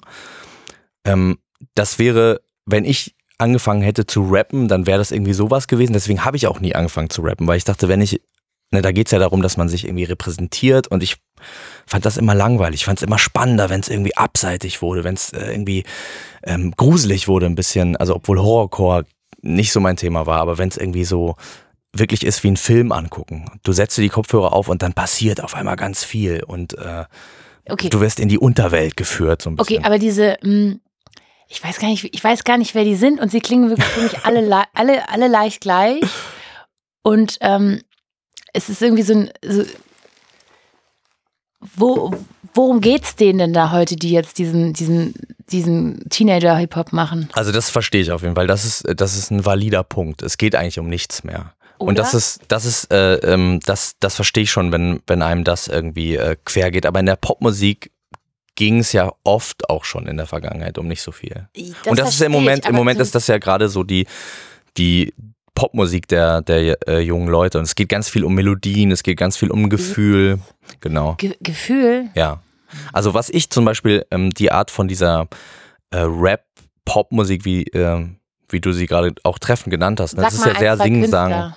B: Das wäre, wenn ich angefangen hätte zu rappen, dann wäre das irgendwie sowas gewesen, deswegen habe ich auch nie angefangen zu rappen, weil ich dachte, da geht es ja darum, dass man sich irgendwie repräsentiert und ich fand das immer langweilig. Ich fand es immer spannender, wenn es irgendwie abseitig wurde, wenn es irgendwie gruselig wurde ein bisschen. Also obwohl Horrorcore nicht so mein Thema war, aber wenn es irgendwie so wirklich ist wie ein Film angucken. Du setzt dir die Kopfhörer auf und dann passiert auf einmal ganz viel und du wirst in die Unterwelt geführt. So ein bisschen.
C: Okay, aber diese... Ich weiß gar nicht, wer die sind und sie klingen wirklich für mich alle leicht gleich und es ist irgendwie worum geht's denen denn da heute, die jetzt diesen Teenager-Hip-Hop machen?
B: Also das verstehe ich auf jeden Fall. Das ist ein valider Punkt. Es geht eigentlich um nichts mehr. Oder? Und das verstehe ich schon, wenn einem das irgendwie quer geht. Aber in der Popmusik ging es ja oft auch schon in der Vergangenheit um nicht so viel. Und das ist im Moment ist das ja gerade so die Popmusik der jungen Leute und es geht ganz viel um Melodien, es geht ganz viel um Gefühl, genau.
C: Gefühl?
B: Ja. Also was ich zum Beispiel, die Art von dieser Rap-Pop-Musik, wie du sie gerade auch treffend genannt hast, ne? Das ist ja sehr Singsang.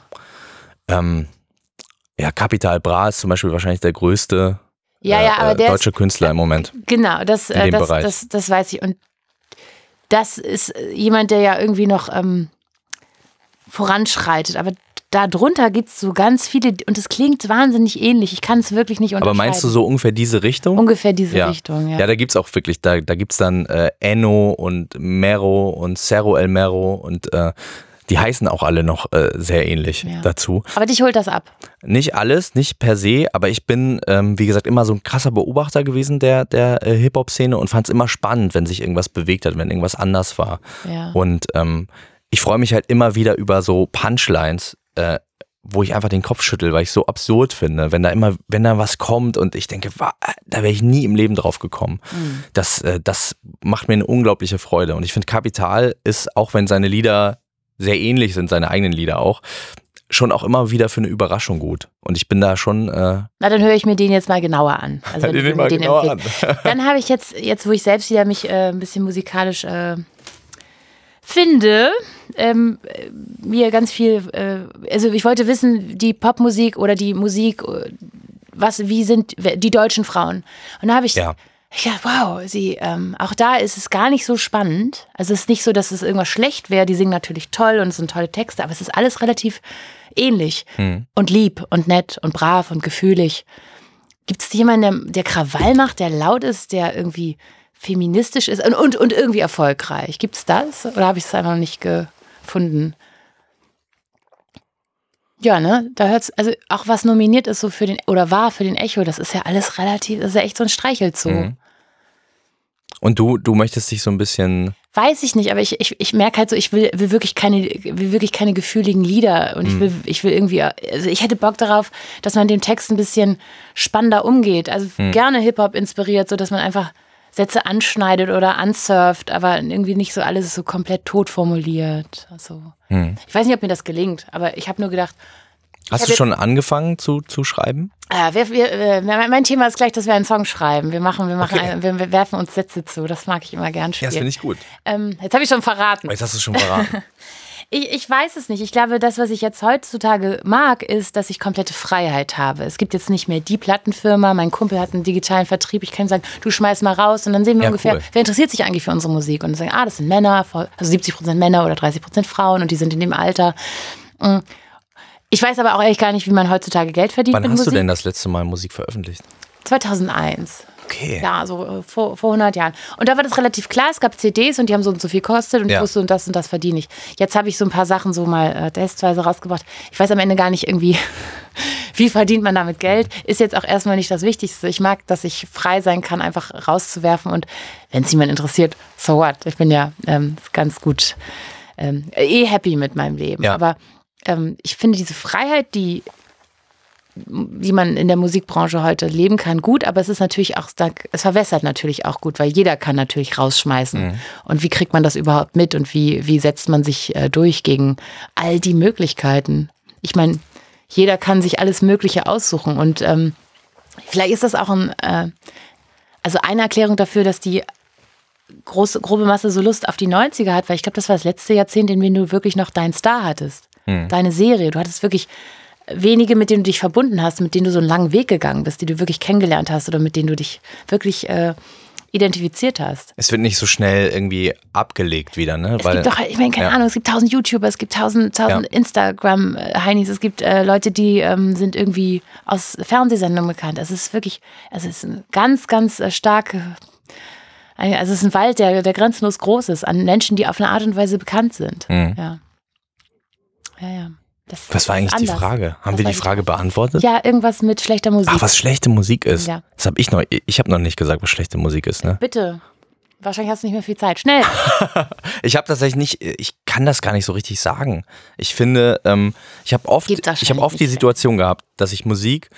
B: Capital Bra ist zum Beispiel wahrscheinlich der größte aber deutsche Künstler im Moment.
C: Genau, das weiß ich und das ist jemand, der ja irgendwie noch voranschreitet, aber darunter gibt es so ganz viele und es klingt wahnsinnig ähnlich, ich kann es wirklich nicht unterscheiden.
B: Aber meinst du so ungefähr diese Richtung?
C: Ungefähr diese Richtung, ja.
B: Ja, da gibt es auch wirklich, da gibt es dann Enno und Mero und Cerro El Mero und die heißen auch alle noch sehr ähnlich dazu.
C: Aber dich holt das ab?
B: Nicht alles, nicht per se, aber ich bin, wie gesagt, immer so ein krasser Beobachter gewesen der Hip-Hop-Szene und fand es immer spannend, wenn sich irgendwas bewegt hat, wenn irgendwas anders war. Ja. Und ich freue mich halt immer wieder über so Punchlines, wo ich einfach den Kopf schüttel, weil ich es so absurd finde, wenn da was kommt und ich denke, da wäre ich nie im Leben drauf gekommen. Mhm. Das macht mir eine unglaubliche Freude und ich finde Capital ist, auch wenn seine Lieder sehr ähnlich sind, seine eigenen Lieder auch, schon auch immer wieder für eine Überraschung gut. Und ich bin da schon...
C: Na, dann höre ich mir den jetzt mal genauer an. Also wenn du mir den empfiehlst. Dann habe ich jetzt, wo ich selbst wieder mich ein bisschen musikalisch finde, mir ganz viel, also ich wollte wissen, die Popmusik oder die Musik, wie sind die deutschen Frauen? Und da habe ich, wow, auch da ist es gar nicht so spannend. Also es ist nicht so, dass es irgendwas schlecht wäre. Die singen natürlich toll und es sind tolle Texte, aber es ist alles relativ ähnlich und lieb und nett und brav und gefühlig. Gibt es jemanden, der Krawall macht, der laut ist, der irgendwie feministisch ist und irgendwie erfolgreich? Gibt es das? Oder habe ich es einfach noch nicht gefunden? Ja, ne? Da hört's, also auch was nominiert ist so für den, oder war für den Echo, das ist ja alles relativ, das ist ja echt so ein Streichelzoo.
B: Und du möchtest dich so ein bisschen...
C: Weiß ich nicht, aber ich merke halt so, ich will wirklich keine gefühligen Lieder und ich will irgendwie, also ich hätte Bock darauf, dass man dem Text ein bisschen spannender umgeht. Also gerne Hip-Hop inspiriert, so dass man einfach Sätze anschneidet oder ansurft, aber irgendwie nicht so alles so komplett tot formuliert. Also, ich weiß nicht, ob mir das gelingt, aber ich habe nur gedacht...
B: Hast du schon angefangen zu schreiben?
C: Mein Thema ist gleich, dass wir einen Song schreiben. Wir
B: Okay.
C: wir werfen uns Sätze zu. Das mag ich immer gern spielen.
B: Ja, das finde ich gut.
C: Jetzt habe ich schon verraten.
B: Jetzt hast du es schon verraten.
C: Ich weiß es nicht. Ich glaube, das, was ich jetzt heutzutage mag, ist, dass ich komplette Freiheit habe. Es gibt jetzt nicht mehr die Plattenfirma. Mein Kumpel hat einen digitalen Vertrieb. Ich kann sagen, du schmeiß mal raus und dann sehen wir ungefähr,
B: cool.
C: Wer interessiert sich eigentlich für unsere Musik? Und dann sagen, das sind Männer, also 70% Männer oder 30% Frauen und die sind in dem Alter. Ich weiß aber auch ehrlich gar nicht, wie man heutzutage Geld verdient mit Musik.
B: Wann hast du denn das letzte Mal Musik veröffentlicht?
C: 2001.
B: Okay.
C: Ja, so vor 100 Jahren. Und da war das relativ klar, es gab CDs und die haben so und so viel gekostet und ich wusste, und das verdiene ich. Jetzt habe ich so ein paar Sachen so mal testweise rausgebracht. Ich weiß am Ende gar nicht irgendwie, wie verdient man damit Geld. Ist jetzt auch erstmal nicht das Wichtigste. Ich mag, dass ich frei sein kann, einfach rauszuwerfen und wenn es jemand interessiert, so what. Ich bin ja ganz gut happy mit meinem Leben.
B: Ja.
C: Aber ich finde diese Freiheit, die man in der Musikbranche heute leben kann, gut, aber es ist natürlich auch, es verwässert natürlich auch gut, weil jeder kann natürlich rausschmeißen. Und wie kriegt man das überhaupt mit und wie setzt man sich durch gegen all die Möglichkeiten? Ich meine, jeder kann sich alles Mögliche aussuchen und vielleicht ist das auch also eine Erklärung dafür, dass die grobe Masse so Lust auf die 90er hat, weil ich glaube, das war das letzte Jahrzehnt, in dem du wirklich noch deinen Star hattest. Deine Serie. Du hattest wirklich wenige, mit denen du dich verbunden hast, mit denen du so einen langen Weg gegangen bist, die du wirklich kennengelernt hast oder mit denen du dich wirklich identifiziert hast.
B: Es wird nicht so schnell irgendwie abgelegt wieder, ne?
C: Es gibt doch, ich meine, keine Ahnung, es gibt 1000 YouTuber, es gibt 1000 Instagram-Heinis, es gibt Leute, die sind irgendwie aus Fernsehsendungen bekannt. Es ist wirklich, es ist ein ganz, ganz starke, also es ist ein Wald, der grenzenlos groß ist, an Menschen, die auf eine Art und Weise bekannt sind. Ja.
B: Was war eigentlich die Frage? Haben wir die Frage beantwortet?
C: Ja, irgendwas mit schlechter Musik.
B: Ach, was schlechte Musik ist.
C: Ja.
B: Das habe ich habe noch nicht gesagt, was schlechte Musik ist, ne?
C: Bitte. Wahrscheinlich hast du nicht mehr viel Zeit. Schnell.
B: Ich habe tatsächlich nicht, ich kann das gar nicht so richtig sagen. Ich finde, ich habe oft die Situation gehabt, dass ich Musik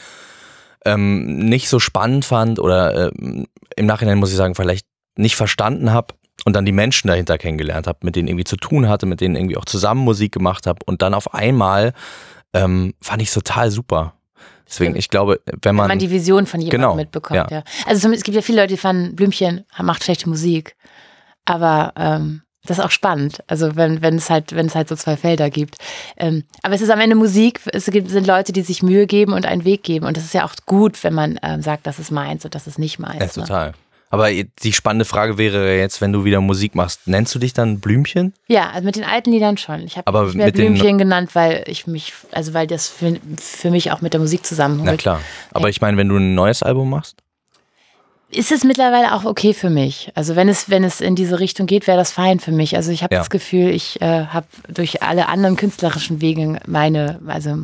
B: nicht so spannend fand oder im Nachhinein muss ich sagen, vielleicht nicht verstanden habe. Und dann die Menschen dahinter kennengelernt habe, mit denen irgendwie zu tun hatte, mit denen irgendwie auch zusammen Musik gemacht habe. Und dann auf einmal fand ich es total super. Deswegen, ich glaube, wenn man
C: die Vision von jemandem mitbekommt. Ja. Also es gibt ja viele Leute, die fanden, Blümchen macht schlechte Musik. Aber das ist auch spannend. Also wenn es halt so zwei Felder gibt. Aber es ist am Ende Musik. Sind Leute, die sich Mühe geben und einen Weg geben. Und das ist ja auch gut, wenn man sagt, das ist meins und das ist nicht meins.
B: Ja, total. Aber die spannende Frage wäre jetzt, wenn du wieder Musik machst, nennst du dich dann Blümchen?
C: Ja, also mit den alten Liedern schon. Ich habe mich mehr Blümchen genannt, weil das für mich auch mit der Musik zusammenholt.
B: Na klar. Aber ich meine, wenn du ein neues Album machst?
C: Ist es mittlerweile auch okay für mich. Also wenn es in diese Richtung geht, wäre das fein für mich. Also ich habe das Gefühl, ich habe durch alle anderen künstlerischen Wege meine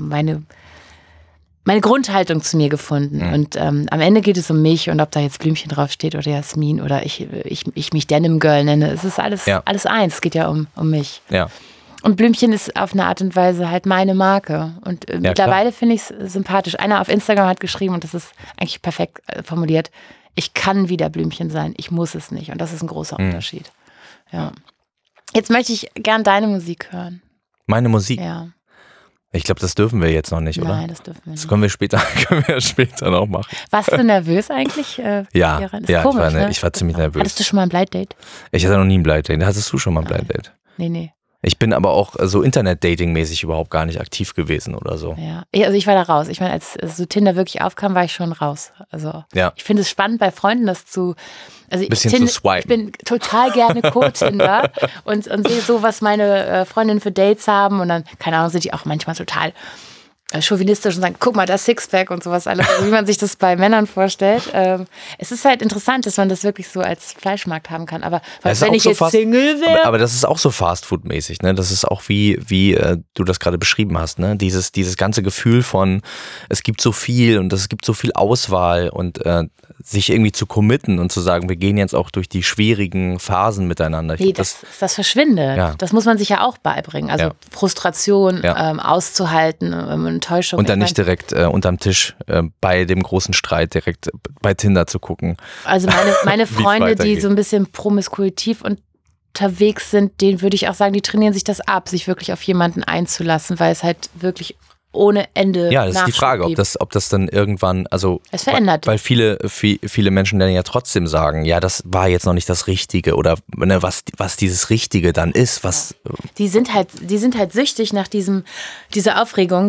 C: Grundhaltung zu mir gefunden. Und am Ende geht es um mich und ob da jetzt Blümchen draufsteht oder Jasmin oder ich mich Denim Girl nenne. Es ist alles eins. Es geht ja um mich.
B: Ja.
C: Und Blümchen ist auf eine Art und Weise halt meine Marke. Und mittlerweile finde ich es sympathisch. Einer auf Instagram hat geschrieben, und das ist eigentlich perfekt formuliert, ich kann wieder Blümchen sein, ich muss es nicht. Und das ist ein großer Unterschied. Ja. Jetzt möchte ich gern deine Musik hören.
B: Meine Musik?
C: Ja.
B: Ich glaube, das dürfen wir jetzt noch nicht, oder?
C: Nein, das dürfen wir nicht.
B: Das können wir später noch machen.
C: Warst du nervös eigentlich?
B: Ja,
C: komisch,
B: ich war ziemlich nervös.
C: Hattest du schon mal ein Blind Date?
B: Ich hatte noch nie ein Blind Date. Hattest du schon mal ein Blind Date?
C: Nee.
B: Ich bin aber auch so Internet-Dating-mäßig überhaupt gar nicht aktiv gewesen oder so.
C: Ja, also ich war da raus. Ich meine, als so Tinder wirklich aufkam, war ich schon raus. Also ich finde es spannend, bei Freunden das zu... Also
B: bisschen zu swipen.
C: Ich bin total gerne Co-Tinder und sehe so, was meine Freundinnen für Dates haben und dann, keine Ahnung, sind die auch manchmal total chauvinistisch und sagen, guck mal, das Sixpack und sowas alles, wie man sich das bei Männern vorstellt. Es ist halt interessant, dass man das wirklich so als Fleischmarkt haben kann, aber wenn ich so jetzt Single wäre...
B: Aber das ist auch so Fastfood-mäßig, ne? Das ist auch wie du das gerade beschrieben hast, ne? Dieses ganze Gefühl von, es gibt so viel und es gibt so viel Auswahl und sich irgendwie zu committen und zu sagen, wir gehen jetzt auch durch die schwierigen Phasen miteinander.
C: Das verschwindet. Ja. Das muss man sich ja auch beibringen. Also Frustration auszuhalten, Enttäuschung.
B: Und dann nicht direkt unterm Tisch bei dem großen Streit direkt bei Tinder zu gucken.
C: Also meine Freunde, die so ein bisschen promiskuitiv unterwegs sind, denen würde ich auch sagen, die trainieren sich das ab, sich wirklich auf jemanden einzulassen, weil es halt wirklich ohne Ende
B: Ja, das ist die Frage, ob das dann irgendwann, also
C: es verändert.
B: Weil viele Menschen dann ja trotzdem sagen, ja, das war jetzt noch nicht das Richtige oder ne, was dieses Richtige dann ist, was
C: die sind halt süchtig nach dieser Aufregung,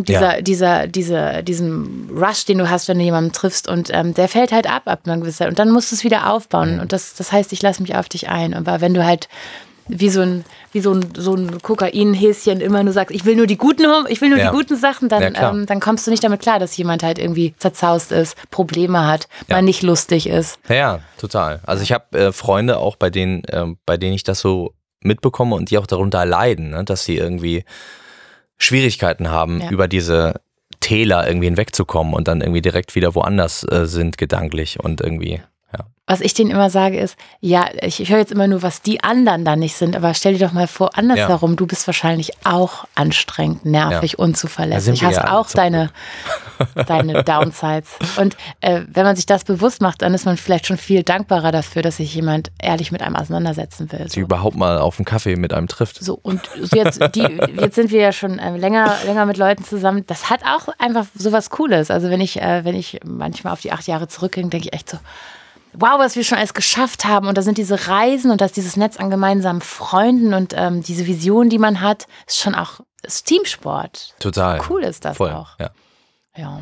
C: diesem Rush, den du hast, wenn du jemanden triffst und der fällt halt ab einer gewissen Zeit und dann musst du es wieder aufbauen und das heißt, ich lasse mich auf dich ein, aber wenn du halt wie so ein Kokainhäschen immer nur sagst, ich will nur die guten Sachen, dann kommst du nicht damit klar, dass jemand halt irgendwie zerzaust ist, Probleme hat, mal nicht lustig ist.
B: Ja, total. Also ich habe Freunde auch, bei denen ich das so mitbekomme und die auch darunter leiden, ne, dass sie irgendwie Schwierigkeiten haben, über diese Täler irgendwie hinwegzukommen und dann irgendwie direkt wieder woanders sind gedanklich und irgendwie...
C: Was ich denen immer sage ist, ja, ich höre jetzt immer nur, was die anderen da nicht sind, aber stell dir doch mal vor, andersherum, du bist wahrscheinlich auch anstrengend, nervig, unzuverlässig, hast auch deine Downsides. Und wenn man sich das bewusst macht, dann ist man vielleicht schon viel dankbarer dafür, dass sich jemand ehrlich mit einem auseinandersetzen will.
B: Die überhaupt mal auf einen Kaffee mit einem trifft.
C: So, und jetzt sind wir ja schon länger mit Leuten zusammen. Das hat auch einfach so was Cooles. Also wenn ich manchmal auf die 8 Jahre zurückdenke, denke ich echt so, wow, was wir schon alles geschafft haben und da sind diese Reisen und da ist dieses Netz an gemeinsamen Freunden und diese Vision, die man hat, ist schon auch Teamsport.
B: Total.
C: Cool ist das
B: voll,
C: auch. Ja.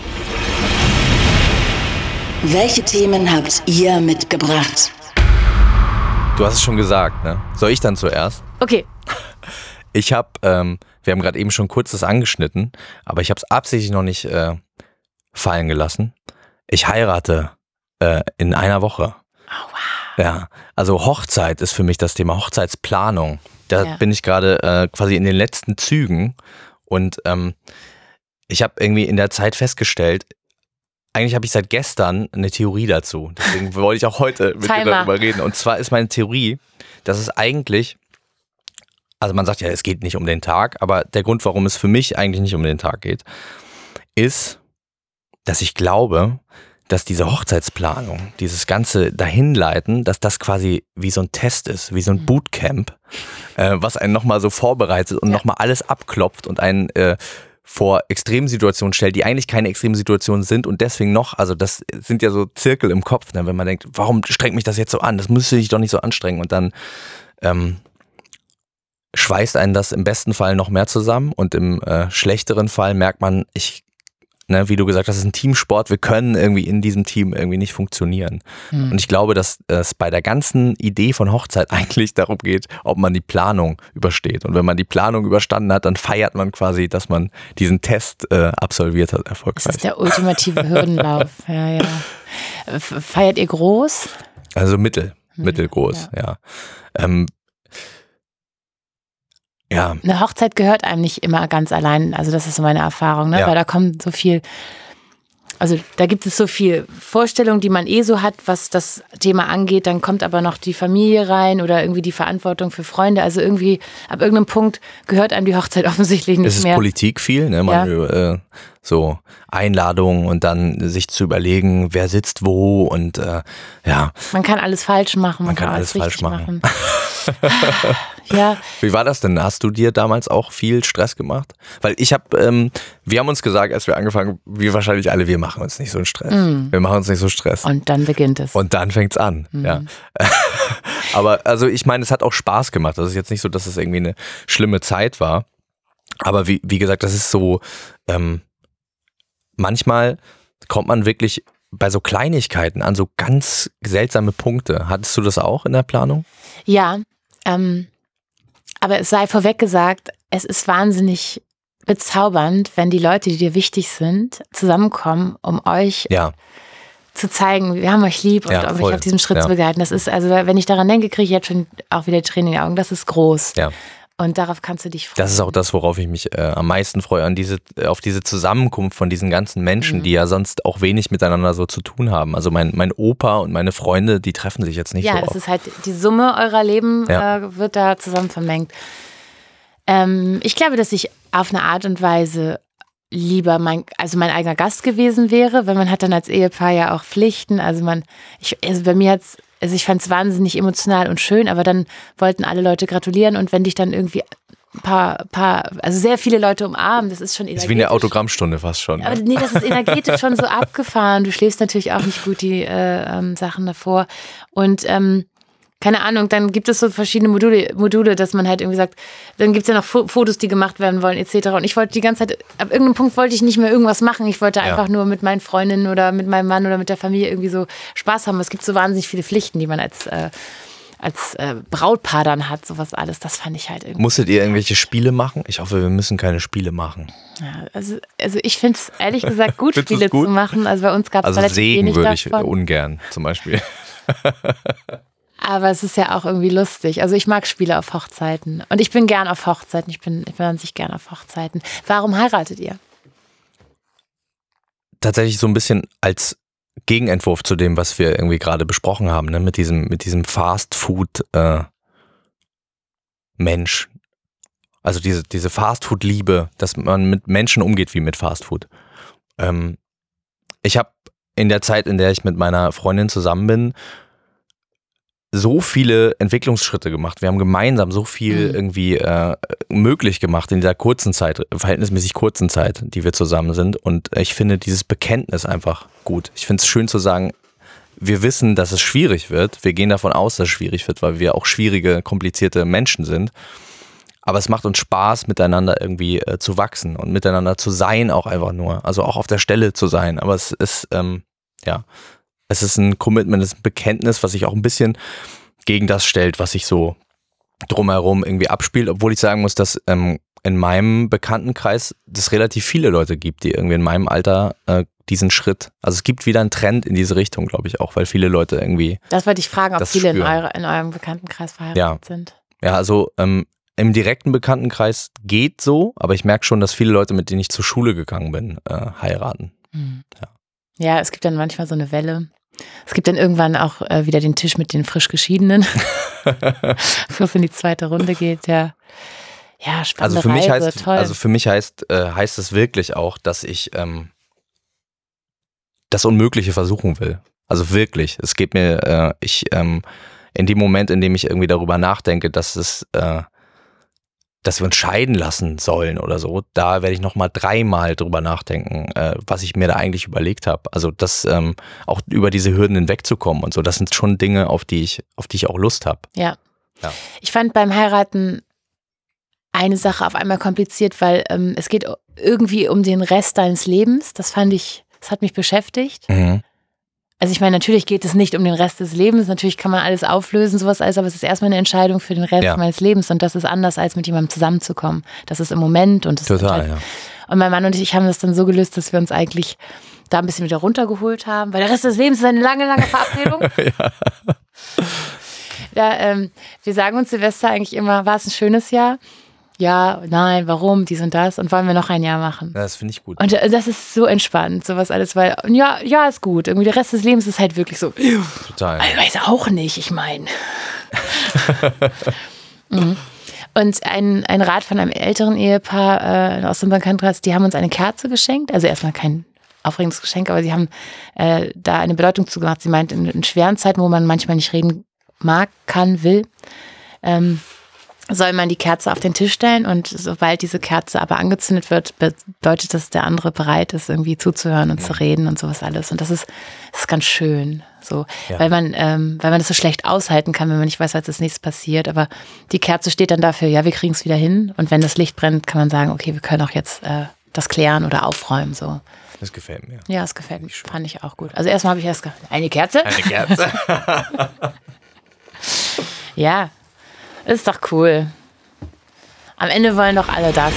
A: Welche Themen habt ihr mitgebracht?
B: Du hast es schon gesagt, ne? Soll ich dann zuerst?
C: Okay.
B: Ich habe, wir haben gerade eben schon kurz das angeschnitten, aber ich habe es absichtlich noch nicht fallen gelassen. Ich heirate in einer Woche.
C: Oh, wow.
B: Ja, also Hochzeit ist für mich das Thema, Hochzeitsplanung. Da bin ich gerade quasi in den letzten Zügen und ich habe irgendwie in der Zeit festgestellt, eigentlich habe ich seit gestern eine Theorie dazu. Deswegen wollte ich auch heute mit dir darüber reden. Und zwar ist meine Theorie, dass es eigentlich, also man sagt ja, es geht nicht um den Tag, aber der Grund, warum es für mich eigentlich nicht um den Tag geht, ist, dass ich glaube, dass diese Hochzeitsplanung, dieses ganze Dahinleiten, dass das quasi wie so ein Test ist, wie so ein Bootcamp, was einen nochmal so vorbereitet und nochmal alles abklopft und einen vor Extremsituationen stellt, die eigentlich keine Extremsituationen sind und deswegen noch, also das sind ja so Zirkel im Kopf, ne, wenn man denkt, warum strengt mich das jetzt so an? Das müsste dich doch nicht so anstrengen und dann schweißt einen das im besten Fall noch mehr zusammen und im schlechteren Fall merkt man, wie du gesagt hast, es ist ein Teamsport, wir können irgendwie in diesem Team irgendwie nicht funktionieren. Und ich glaube, dass es bei der ganzen Idee von Hochzeit eigentlich darum geht, ob man die Planung übersteht. Und wenn man die Planung überstanden hat, dann feiert man quasi, dass man diesen Test absolviert hat, erfolgreich.
C: Das ist der ultimative Hürdenlauf. Ja. Feiert ihr groß?
B: Also mittelgroß, ja. Ja.
C: Eine Hochzeit gehört einem nicht immer ganz allein. Also das ist so meine Erfahrung, ne? Weil da kommt so viel, also da gibt es so viel Vorstellungen, die man so hat, was das Thema angeht. Dann kommt aber noch die Familie rein oder irgendwie die Verantwortung für Freunde. Also irgendwie ab irgendeinem Punkt gehört einem die Hochzeit offensichtlich nicht mehr.
B: Es ist Politik viel, ne? Man so Einladungen und dann sich zu überlegen, wer sitzt wo und
C: Man kann alles falsch machen, man kann alles falsch machen. Ja.
B: Wie war das denn? Hast du dir damals auch viel Stress gemacht? Weil wir haben uns gesagt, als wir angefangen, wie wahrscheinlich alle, wir machen uns nicht so einen Stress. Wir machen uns nicht so Stress.
C: Und dann beginnt es.
B: Und dann fängt's an, ja. Aber also ich meine, es hat auch Spaß gemacht. Das ist jetzt nicht so, dass es irgendwie eine schlimme Zeit war. Aber wie gesagt, das ist so, manchmal kommt man wirklich bei so Kleinigkeiten an so ganz seltsame Punkte. Hattest du das auch in der Planung?
C: Ja, aber es sei vorweg gesagt, es ist wahnsinnig bezaubernd, wenn die Leute, die dir wichtig sind, zusammenkommen, um euch zu zeigen, wir haben euch lieb und um euch auf diesem Schritt zu begleiten. Das ist, also wenn ich daran denke, kriege ich jetzt schon auch wieder Tränen in die Augen. Das ist groß. Ja. Und darauf kannst du dich freuen.
B: Das ist auch das, worauf ich mich am meisten freue, auf diese Zusammenkunft von diesen ganzen Menschen, die ja sonst auch wenig miteinander so zu tun haben. Also mein Opa und meine Freunde, die treffen sich jetzt nicht so oft. Ja,
C: das ist halt die Summe eurer Leben wird da zusammen vermengt. Ich glaube, dass ich auf eine Art und Weise lieber mein eigener Gast gewesen wäre, weil man hat dann als Ehepaar ja auch Pflichten. Bei mir hat's, ich fand es wahnsinnig emotional und schön, aber dann wollten alle Leute gratulieren und wenn dich dann irgendwie also sehr viele Leute umarmen, das ist schon energetisch.
B: Das ist wie eine Autogrammstunde fast schon.
C: Aber nee, das ist energetisch schon so abgefahren. Du schläfst natürlich auch nicht gut die Sachen davor. Und keine Ahnung, dann gibt es so verschiedene Module, dass man halt irgendwie sagt, dann gibt es ja noch Fotos, die gemacht werden wollen, etc. Und ich wollte die ganze Zeit, ab irgendeinem Punkt wollte ich nicht mehr irgendwas machen. Ich wollte einfach nur mit meinen Freundinnen oder mit meinem Mann oder mit der Familie irgendwie so Spaß haben. Es gibt so wahnsinnig viele Pflichten, die man als Brautpaar dann hat, sowas alles. Das fand ich halt irgendwie.
B: Musstet ihr irgendwelche Spiele machen? Ich hoffe, wir müssen keine Spiele machen.
C: Ja, also ich finde es ehrlich gesagt gut, Spiele zu machen. Also bei uns gab es relativ wenig davon.
B: Also Segen würde ich ungern zum Beispiel.
C: Aber es ist ja auch irgendwie lustig. Also ich mag Spiele auf Hochzeiten. Und ich bin gern auf Hochzeiten. Ich bin an sich gern auf Hochzeiten. Warum heiratet ihr?
B: Tatsächlich so ein bisschen als Gegenentwurf zu dem, was wir irgendwie gerade besprochen haben, ne? Mit diesem Fast-Food-Mensch. Also diese Fast-Food-Liebe, dass man mit Menschen umgeht wie mit Fast-Food. Ich habe in der Zeit, in der ich mit meiner Freundin zusammen bin, so viele Entwicklungsschritte gemacht. Wir haben gemeinsam so viel irgendwie möglich gemacht in dieser verhältnismäßig kurzen Zeit, die wir zusammen sind. Und ich finde dieses Bekenntnis einfach gut. Ich finde es schön zu sagen, wir wissen, dass es schwierig wird. Wir gehen davon aus, dass es schwierig wird, weil wir auch schwierige, komplizierte Menschen sind. Aber es macht uns Spaß, miteinander irgendwie zu wachsen und miteinander zu sein auch einfach nur. Also auch auf der Stelle zu sein. Aber es ist, es ist ein Commitment, es ist ein Bekenntnis, was sich auch ein bisschen gegen das stellt, was sich so drumherum irgendwie abspielt. Obwohl ich sagen muss, dass in meinem Bekanntenkreis es relativ viele Leute gibt, die irgendwie in meinem Alter diesen Schritt, also es gibt wieder einen Trend in diese Richtung, glaube ich auch, weil viele Leute irgendwie
C: das wollte ich fragen, ob viele in eurem Bekanntenkreis verheiratet sind. Ja,
B: also im direkten Bekanntenkreis geht so, aber ich merke schon, dass viele Leute, mit denen ich zur Schule gegangen bin, heiraten.
C: Ja, es gibt dann manchmal so eine Welle. Es gibt dann irgendwann auch wieder den Tisch mit den frisch Geschiedenen, wo es in die zweite Runde geht. Ja, spannende Reise, toll.
B: Also für mich heißt es wirklich auch, dass ich das Unmögliche versuchen will. Also wirklich. Es geht mir, in dem Moment, in dem ich irgendwie darüber nachdenke, dass wir uns scheiden lassen sollen oder so, da werde ich nochmal 3-mal drüber nachdenken, was ich mir da eigentlich überlegt habe. Also das auch über diese Hürden hinwegzukommen und so, das sind schon Dinge, auf die ich auch Lust habe.
C: Ja. Ich fand beim Heiraten eine Sache auf einmal kompliziert, weil es geht irgendwie um den Rest deines Lebens. Das hat mich beschäftigt. Also ich meine, natürlich geht es nicht um den Rest des Lebens, natürlich kann man alles auflösen, sowas alles, aber es ist erstmal eine Entscheidung für den Rest meines Lebens und das ist anders, als mit jemandem zusammenzukommen. Das ist im Moment und das
B: total, ja.
C: Und mein Mann und ich haben das dann so gelöst, dass wir uns eigentlich da ein bisschen wieder runtergeholt haben, weil der Rest des Lebens ist eine lange, lange Verabredung. Wir sagen uns Silvester eigentlich immer, war es ein schönes Jahr? Ja, nein, warum, dies und das und wollen wir noch ein Jahr machen.
B: Ja, das finde ich gut.
C: Und das ist so entspannt, sowas alles, weil, ja, ist gut. Irgendwie der Rest des Lebens ist halt wirklich so.
B: Total.
C: Ich weiß auch nicht, ich meine. Und ein Rat von einem älteren Ehepaar aus dem Bekanntenkreis, die haben uns eine Kerze geschenkt, also erstmal kein aufregendes Geschenk, aber sie haben da eine Bedeutung zugemacht. Sie meint, in schweren Zeiten, wo man manchmal nicht reden mag, kann, will, soll man die Kerze auf den Tisch stellen und sobald diese Kerze aber angezündet wird, bedeutet das, dass der andere bereit ist, irgendwie zuzuhören und zu reden und sowas alles. Und das ist ganz schön, so, weil man das so schlecht aushalten kann, wenn man nicht weiß, was als nächstes passiert. Aber die Kerze steht dann dafür, ja, wir kriegen es wieder hin. Und wenn das Licht brennt, kann man sagen, okay, wir können auch jetzt das klären oder aufräumen, so.
B: Das gefällt mir.
C: Ja, das gefällt mir. Fand ich auch gut. Also erstmal habe ich erst gedacht, eine Kerze?
B: Eine Kerze.
C: Ja, ist doch cool. Am Ende wollen doch alle das.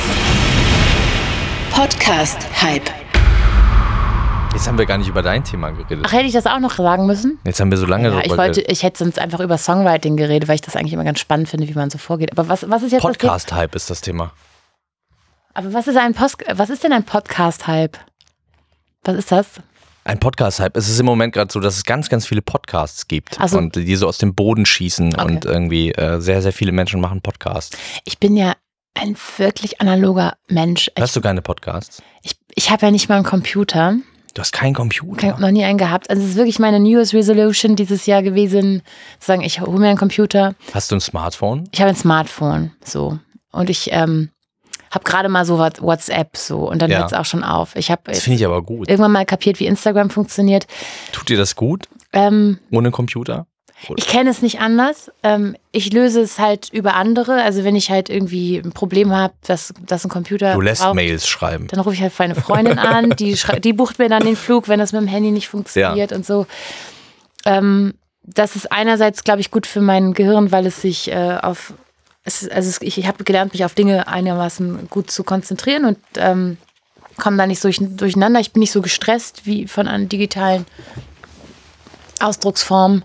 A: Podcast-Hype.
B: Jetzt haben wir gar nicht über dein Thema geredet.
C: Ach, hätte ich das auch noch sagen müssen?
B: Jetzt haben wir so lange
C: Ja,
B: darüber geredet.
C: ich hätte sonst einfach über Songwriting geredet, weil ich das eigentlich immer ganz spannend finde, wie man so vorgeht. Aber was ist jetzt
B: Podcast-Hype ist das Thema.
C: Aber was ist denn ein Podcast-Hype? Was ist das?
B: Ein Podcast-Hype. Es ist im Moment gerade so, dass es ganz, ganz viele Podcasts gibt
C: Also,
B: und die so aus dem Boden schießen und irgendwie sehr, sehr viele Menschen machen Podcasts.
C: Ich bin ja ein wirklich analoger Mensch.
B: Hörst du keine Podcasts?
C: Ich habe ja nicht mal einen Computer.
B: Du hast keinen Computer?
C: Ich habe noch nie einen gehabt. Also es ist wirklich meine New Year's Resolution dieses Jahr gewesen, zu sagen, ich hole mir einen Computer.
B: Hast du ein Smartphone?
C: Ich habe ein Smartphone, so. Und ich habe gerade mal so WhatsApp so und dann hört es auch schon auf.
B: Das finde ich aber gut.
C: Irgendwann mal kapiert, wie Instagram funktioniert.
B: Tut dir das gut? Ohne Computer?
C: Ich kenne es nicht anders. Ich löse es halt über andere. Also wenn ich halt irgendwie ein Problem habe, dass ein Computer
B: Du lässt
C: braucht,
B: Mails schreiben.
C: dann rufe ich halt meine Freundin an, die bucht mir dann den Flug, wenn das mit dem Handy nicht funktioniert und so. Das ist einerseits, glaube ich, gut für mein Gehirn, weil es sich ich habe gelernt, mich auf Dinge einigermaßen gut zu konzentrieren und komme da nicht so durcheinander. Ich bin nicht so gestresst wie von einer digitalen Ausdrucksform.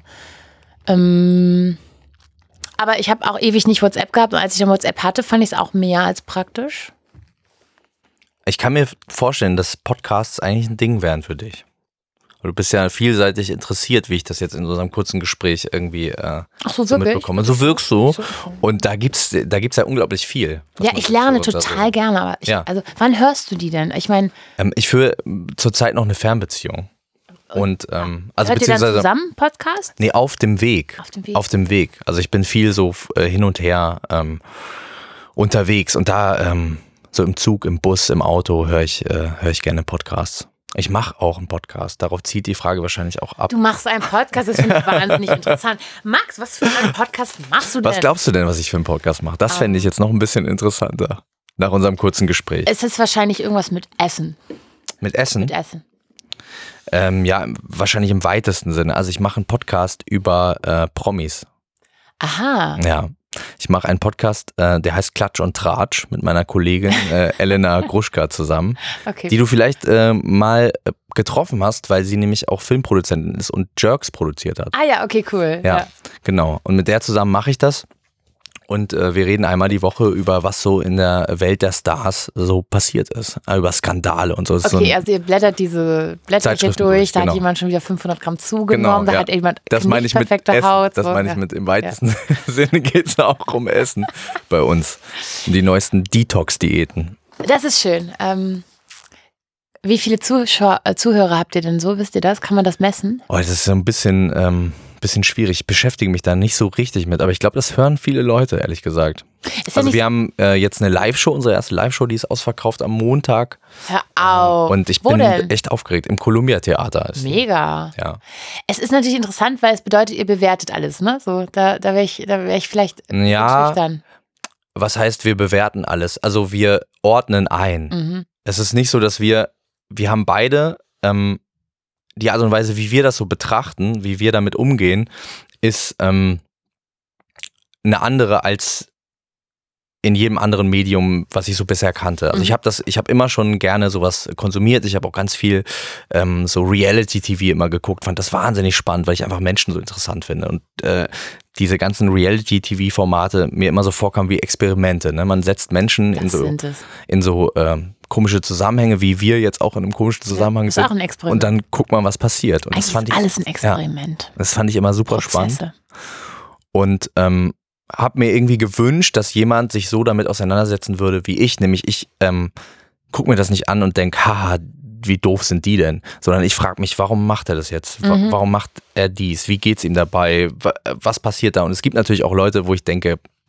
C: Aber ich habe auch ewig nicht WhatsApp gehabt und als ich dann WhatsApp hatte, fand ich es auch mehr als praktisch.
B: Ich kann mir vorstellen, dass Podcasts eigentlich ein Ding wären für dich. Du bist ja vielseitig interessiert, wie ich das jetzt in so einem kurzen Gespräch irgendwie so mitbekomme. So wirkst du. Und da gibt's ja unglaublich viel.
C: Ja, ich lerne total gerne. Aber also, wann hörst du die denn? Ich meine,
B: ich führe zurzeit noch eine Fernbeziehung. Und also
C: hört ihr dann zusammen Podcast?
B: Nee, auf dem Weg. Auf dem Weg. Also ich bin viel so hin und her unterwegs und da so im Zug, im Bus, im Auto höre ich gerne Podcasts. Ich mache auch einen Podcast. Darauf zieht die Frage wahrscheinlich auch ab.
C: Du machst einen Podcast, das finde ich wahnsinnig interessant. Max, was für einen Podcast machst du denn?
B: Was glaubst du denn, was ich für einen Podcast mache? Das fände ich jetzt noch ein bisschen interessanter. Nach unserem kurzen Gespräch.
C: Es ist wahrscheinlich irgendwas mit Essen.
B: Mit Essen?
C: Mit Essen.
B: Ja, wahrscheinlich im weitesten Sinne. Also ich mache einen Podcast über Promis.
C: Aha.
B: Ja. Ich mache einen Podcast, der heißt Klatsch und Tratsch mit meiner Kollegin Elena Gruschka zusammen, die du vielleicht mal getroffen hast, weil sie nämlich auch Filmproduzentin ist und Jerks produziert hat.
C: Ah ja, okay, cool.
B: Ja, genau. Und mit der zusammen mache ich das. Und wir reden einmal die Woche über, was so in der Welt der Stars so passiert ist. Über Skandale und so.
C: Okay, also ihr blättert diese Blätterchen durch, da hat jemand schon wieder 500 Gramm zugenommen, da hat jemand nicht perfekte Haut.
B: Das meine ich mit im weitesten Sinne geht es auch um Essen bei uns. Um die neuesten Detox-Diäten.
C: Das ist schön. Wie viele Zuhörer habt ihr denn so? Wisst ihr das? Kann man das messen?
B: Oh, das ist so ein bisschen schwierig. Ich beschäftige mich da nicht so richtig mit, aber ich glaube, das hören viele Leute, ehrlich gesagt. Also wir haben jetzt eine Live-Show, unsere erste Live-Show, die ist ausverkauft am Montag.
C: Hör auf.
B: Und ich bin echt aufgeregt. Im Columbia-Theater.
C: Mega.
B: Ja.
C: Es ist natürlich interessant, weil es bedeutet, ihr bewertet alles, ne? So, da wär ich vielleicht schüchtern.
B: Was heißt, wir bewerten alles? Also wir ordnen ein.
C: Mhm.
B: Es ist nicht so, dass wir haben beide die Art und Weise, wie wir das so betrachten, wie wir damit umgehen, ist eine andere als in jedem anderen Medium, was ich so bisher kannte. Also ich habe immer schon gerne sowas konsumiert. Ich habe auch ganz viel so Reality-TV immer geguckt, fand das wahnsinnig spannend, weil ich einfach Menschen so interessant finde. Und diese ganzen Reality-TV-Formate mir immer so vorkamen wie Experimente. Ne? Man setzt Menschen in so komische Zusammenhänge, wie wir jetzt auch in einem komischen Zusammenhang sind.
C: Auch ein Experiment.
B: Und dann guckt man, was passiert. Und
C: eigentlich
B: das fand ich
C: alles ein Experiment.
B: Ja, das fand ich immer super spannend. Und habe mir irgendwie gewünscht, dass jemand sich so damit auseinandersetzen würde wie ich. Nämlich ich gucke mir das nicht an und denke, haha, wie doof sind die denn? Sondern ich frage mich, warum macht er das jetzt? Warum macht er dies? Wie geht's ihm dabei? Was passiert da? Und es gibt natürlich auch Leute, wo ich denke,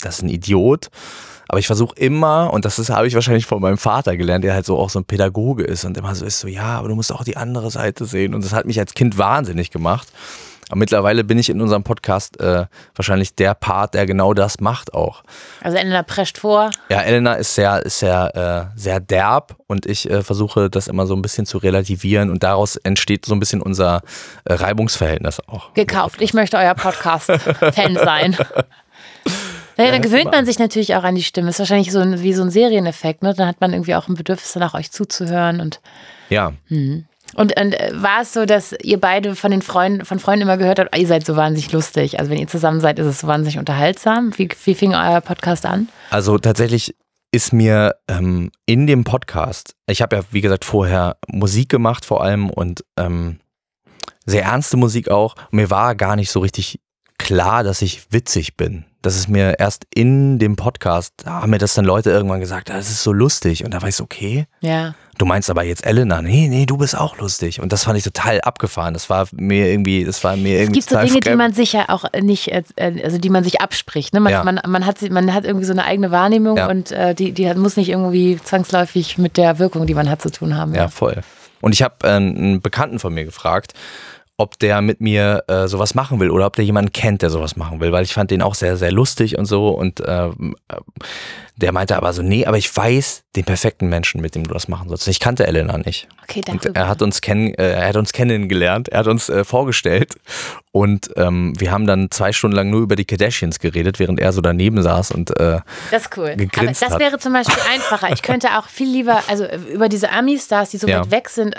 B: das ist ein Idiot. Aber ich versuche immer, und habe ich wahrscheinlich von meinem Vater gelernt, der halt so auch so ein Pädagoge ist und immer so ist so, ja, aber du musst auch die andere Seite sehen. Und das hat mich als Kind wahnsinnig gemacht. Aber mittlerweile bin ich in unserem Podcast wahrscheinlich der Part, der genau das macht auch.
C: Also Elena prescht vor.
B: Ja, Elena ist sehr derb und ich versuche das immer so ein bisschen zu relativieren und daraus entsteht so ein bisschen unser Reibungsverhältnis auch.
C: Gekauft. Ich möchte euer Podcast-Fan sein. Naja, dann gewöhnt man sich natürlich auch an die Stimme. Ist wahrscheinlich wie so ein Serieneffekt, ne? Dann hat man irgendwie auch ein Bedürfnis danach, euch zuzuhören und.
B: Ja.
C: Und war es so, dass ihr beide von Freunden immer gehört habt, ihr seid so wahnsinnig lustig. Also wenn ihr zusammen seid, ist es so wahnsinnig unterhaltsam. Wie fing euer Podcast an?
B: Also tatsächlich ist mir in dem Podcast, ich habe ja wie gesagt vorher Musik gemacht vor allem und sehr ernste Musik auch. Und mir war gar nicht so richtig klar, dass ich witzig bin. Das ist mir erst in dem Podcast, da haben mir das dann Leute irgendwann gesagt, das ist so lustig. Und da war ich so, okay.
C: Ja.
B: Du meinst aber jetzt Elena, nee, du bist auch lustig. Und das fand ich total abgefahren. Das war mir irgendwie
C: Es gibt so Dinge, die man sich ja auch nicht, also die man sich abspricht. Ne? Man hat irgendwie so eine eigene Wahrnehmung und die muss nicht irgendwie zwangsläufig mit der Wirkung, die man hat, zu tun haben.
B: Ja, voll. Und ich habe einen Bekannten von mir gefragt, ob der mit mir sowas machen will oder ob der jemanden kennt, der sowas machen will, weil ich fand den auch sehr, sehr lustig und so und der meinte aber so, nee, aber ich weiß den perfekten Menschen, mit dem du das machen sollst. Ich kannte Elena nicht.
C: Okay, danke.
B: Und er hat uns kennengelernt, er hat uns vorgestellt und wir haben dann 2 Stunden lang nur über die Kardashians geredet, während er so daneben saß und
C: das ist cool.
B: gegrinst
C: aber das wäre zum Beispiel einfacher. Ich könnte auch viel lieber, also über diese Ami-Stars, die so weit weg sind,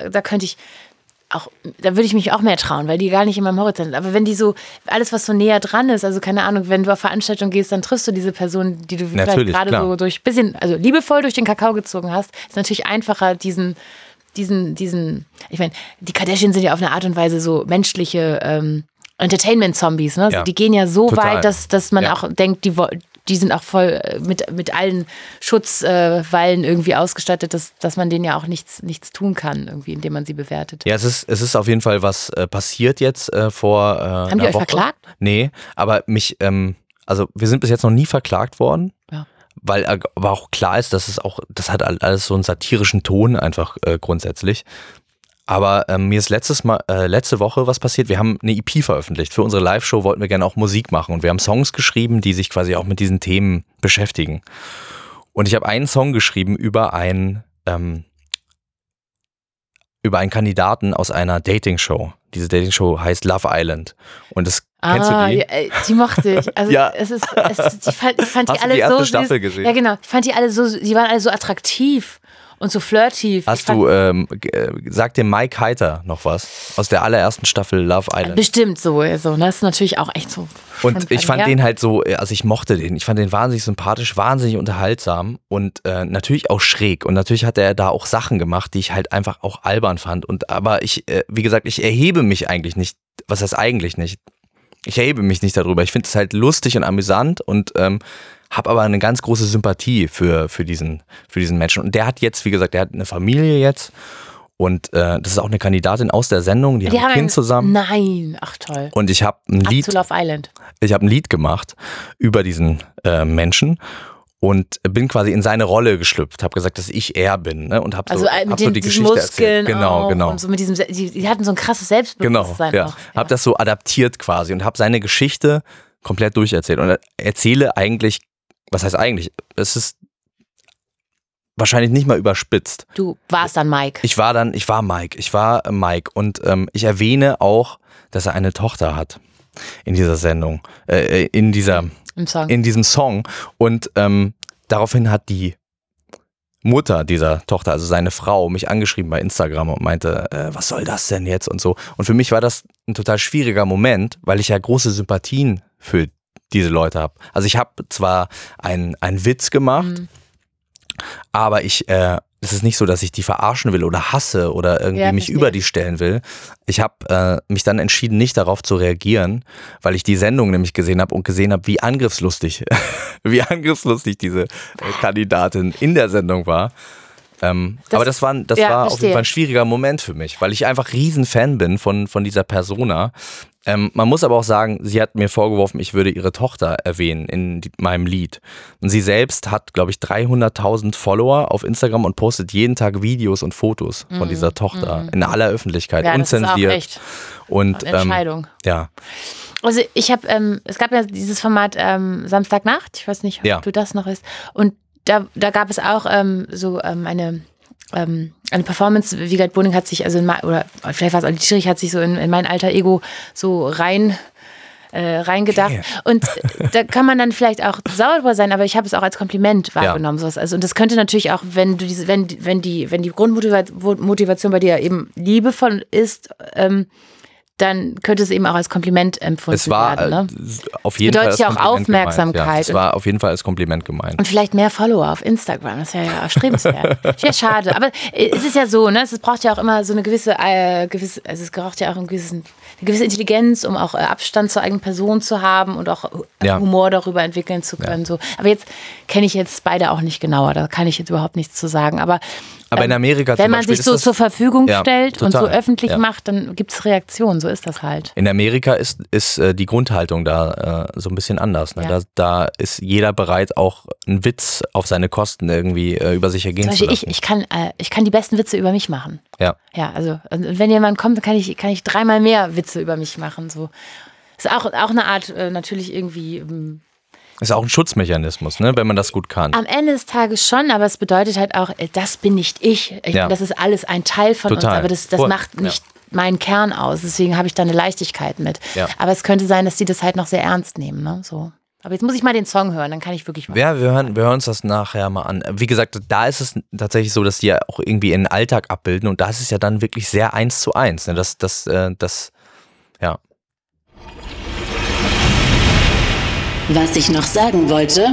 C: da würde ich mich auch mehr trauen, weil die gar nicht in meinem Horizont sind. Aber wenn die so, alles was so näher dran ist, also keine Ahnung, wenn du auf Veranstaltungen gehst, dann triffst du diese Person, die du vielleicht gerade so also liebevoll durch den Kakao gezogen hast, ist natürlich einfacher, diesen, ich meine, die Kardashians sind ja auf eine Art und Weise so menschliche Entertainment-Zombies, ne?
B: Ja,
C: Die gehen ja so
B: total.
C: weit, dass man auch denkt, die sind auch voll mit allen Schutzwallen irgendwie ausgestattet, dass man denen ja auch nichts tun kann, irgendwie, indem man sie bewertet.
B: Ja, es ist auf jeden Fall was passiert jetzt vor
C: Haben die euch verklagt?
B: Nee, aber also wir sind bis jetzt noch nie verklagt worden, weil aber auch klar ist, das hat alles so einen satirischen Ton einfach grundsätzlich. Aber mir ist letzte Woche was passiert. Wir haben eine EP veröffentlicht. Für unsere Live-Show wollten wir gerne auch Musik machen. Und wir haben Songs geschrieben, die sich quasi auch mit diesen Themen beschäftigen. Und ich habe einen Song geschrieben über einen Kandidaten aus einer Dating-Show. Diese Dating-Show heißt Love Island. Und das kennst du die?
C: Die mochte ich. Also
B: Ja.
C: ich fand die
B: Hast
C: alle
B: du die erste
C: so
B: Staffel
C: süß.
B: gesehen?
C: Ja, genau. Ich fand die waren alle so attraktiv und so flirty.
B: Sagt dir Mike Heiter noch was? Aus der allerersten Staffel Love Island.
C: Bestimmt so. Das ist natürlich auch echt so.
B: Und ich fand den halt so, also ich mochte den. Ich fand den wahnsinnig sympathisch, wahnsinnig unterhaltsam und natürlich auch schräg. Und natürlich hat er da auch Sachen gemacht, die ich halt einfach auch albern fand. Aber wie gesagt, ich erhebe mich eigentlich nicht. Was heißt eigentlich nicht? Ich erhebe mich nicht darüber. Ich finde es halt lustig und amüsant und habe aber eine ganz große Sympathie für diesen Menschen. Und der hat jetzt, wie gesagt, der hat eine Familie jetzt. Und das ist auch eine Kandidatin aus der Sendung, die haben ein Kind zusammen.
C: Nein, ach toll.
B: Und ich habe ein Lied.
C: Up to Love Island.
B: Ich habe ein Lied gemacht über diesen Menschen und bin quasi in seine Rolle geschlüpft. Habe gesagt, dass ich er bin, ne? Und habe so die Geschichte
C: Muskeln
B: erzählt. Genau.
C: Und so mit diesem, die hatten so ein krasses Selbstbewusstsein.
B: Genau, ja.
C: Auch.
B: Habe das so adaptiert quasi und habe seine Geschichte komplett durcherzählt und erzähle eigentlich, was heißt eigentlich? Es ist wahrscheinlich nicht mal überspitzt.
C: Du warst dann Mike.
B: Ich war Mike und ich erwähne auch, dass er eine Tochter hat in dieser Sendung, in diesem Song und daraufhin hat die Mutter dieser Tochter, also seine Frau, mich angeschrieben bei Instagram und meinte, was soll das denn jetzt und so. Und für mich war das ein total schwieriger Moment, weil ich ja große Sympathien für diese Leute habe. Also ich habe zwar einen Witz gemacht, aber es ist nicht so, dass ich die verarschen will oder hasse oder irgendwie mich über die stellen will. Ich habe mich dann entschieden, nicht darauf zu reagieren, weil ich die Sendung nämlich gesehen habe und gesehen habe, wie angriffslustig diese Kandidatin in der Sendung war. aber das war auf jeden Fall ein schwieriger Moment für mich, weil ich einfach riesen Fan bin von dieser Persona. Man muss aber auch sagen, sie hat mir vorgeworfen, ich würde ihre Tochter erwähnen in meinem Lied. Und sie selbst hat, glaube ich, 300.000 Follower auf Instagram und postet jeden Tag Videos und Fotos von dieser Tochter in aller Öffentlichkeit, unzensiert. Das ist auch echt
C: eine Entscheidung.
B: Ja.
C: Also ich habe, es gab ja dieses Format Samstagnacht, ich weiß nicht, ob du das noch weißt. Und da gab es auch eine Performance, Wiegald Boning hat sich, oder vielleicht war es Olli Schierich, hat sich so in mein alter Ego so reingedacht. Okay. Und da kann man dann vielleicht auch sauer drüber sein, aber ich habe es auch als Kompliment wahrgenommen. Sowas. Also, und das könnte natürlich auch, wenn die Grundmotivation bei dir eben liebevoll ist, dann könnte es eben auch als Kompliment empfunden werden. Ne?
B: Auf jeden Fall
C: bedeutet ja auch Aufmerksamkeit.
B: Ja, es war auf jeden Fall als Kompliment gemeint.
C: Und vielleicht mehr Follower auf Instagram, das wäre ja erstrebenswert. Ja, schade. Aber es ist ja so, ne? Es braucht ja auch immer so eine gewisse es braucht ja auch eine gewisse Intelligenz, um auch Abstand zur eigenen Person zu haben und auch Humor darüber entwickeln zu können. Ja. So. Aber jetzt kenne ich jetzt beide auch nicht genauer, da kann ich jetzt überhaupt nichts zu sagen. Aber
B: in Amerika
C: wenn man sich so zur Verfügung stellt und so öffentlich macht, dann gibt es Reaktionen, so ist das halt.
B: In Amerika ist die Grundhaltung da so ein bisschen anders. Ne? Ja. Da ist jeder bereit, auch einen Witz auf seine Kosten irgendwie über sich ergehen zu lassen.
C: Ich kann die besten Witze über mich machen.
B: Ja.
C: Ja, also wenn jemand kommt, dann kann ich 3-mal mehr Witze über mich machen. So. Ist auch eine Art natürlich irgendwie...
B: Ist auch ein Schutzmechanismus, ne, wenn man das gut kann.
C: Am Ende des Tages schon, aber es bedeutet halt auch, das bin nicht ich. Das ist alles ein Teil von uns, aber das macht nicht meinen Kern aus. Deswegen habe ich da eine Leichtigkeit mit. Ja. Aber es könnte sein, dass die das halt noch sehr ernst nehmen. Ne? So. Aber jetzt muss ich mal den Song hören, dann kann ich wirklich mal.
B: Ja, wir hören uns das nachher mal an. Wie gesagt, da ist es tatsächlich so, dass die ja auch irgendwie ihren Alltag abbilden und da ist es ja dann wirklich sehr 1:1. Ne? Das.
A: Was ich noch sagen wollte,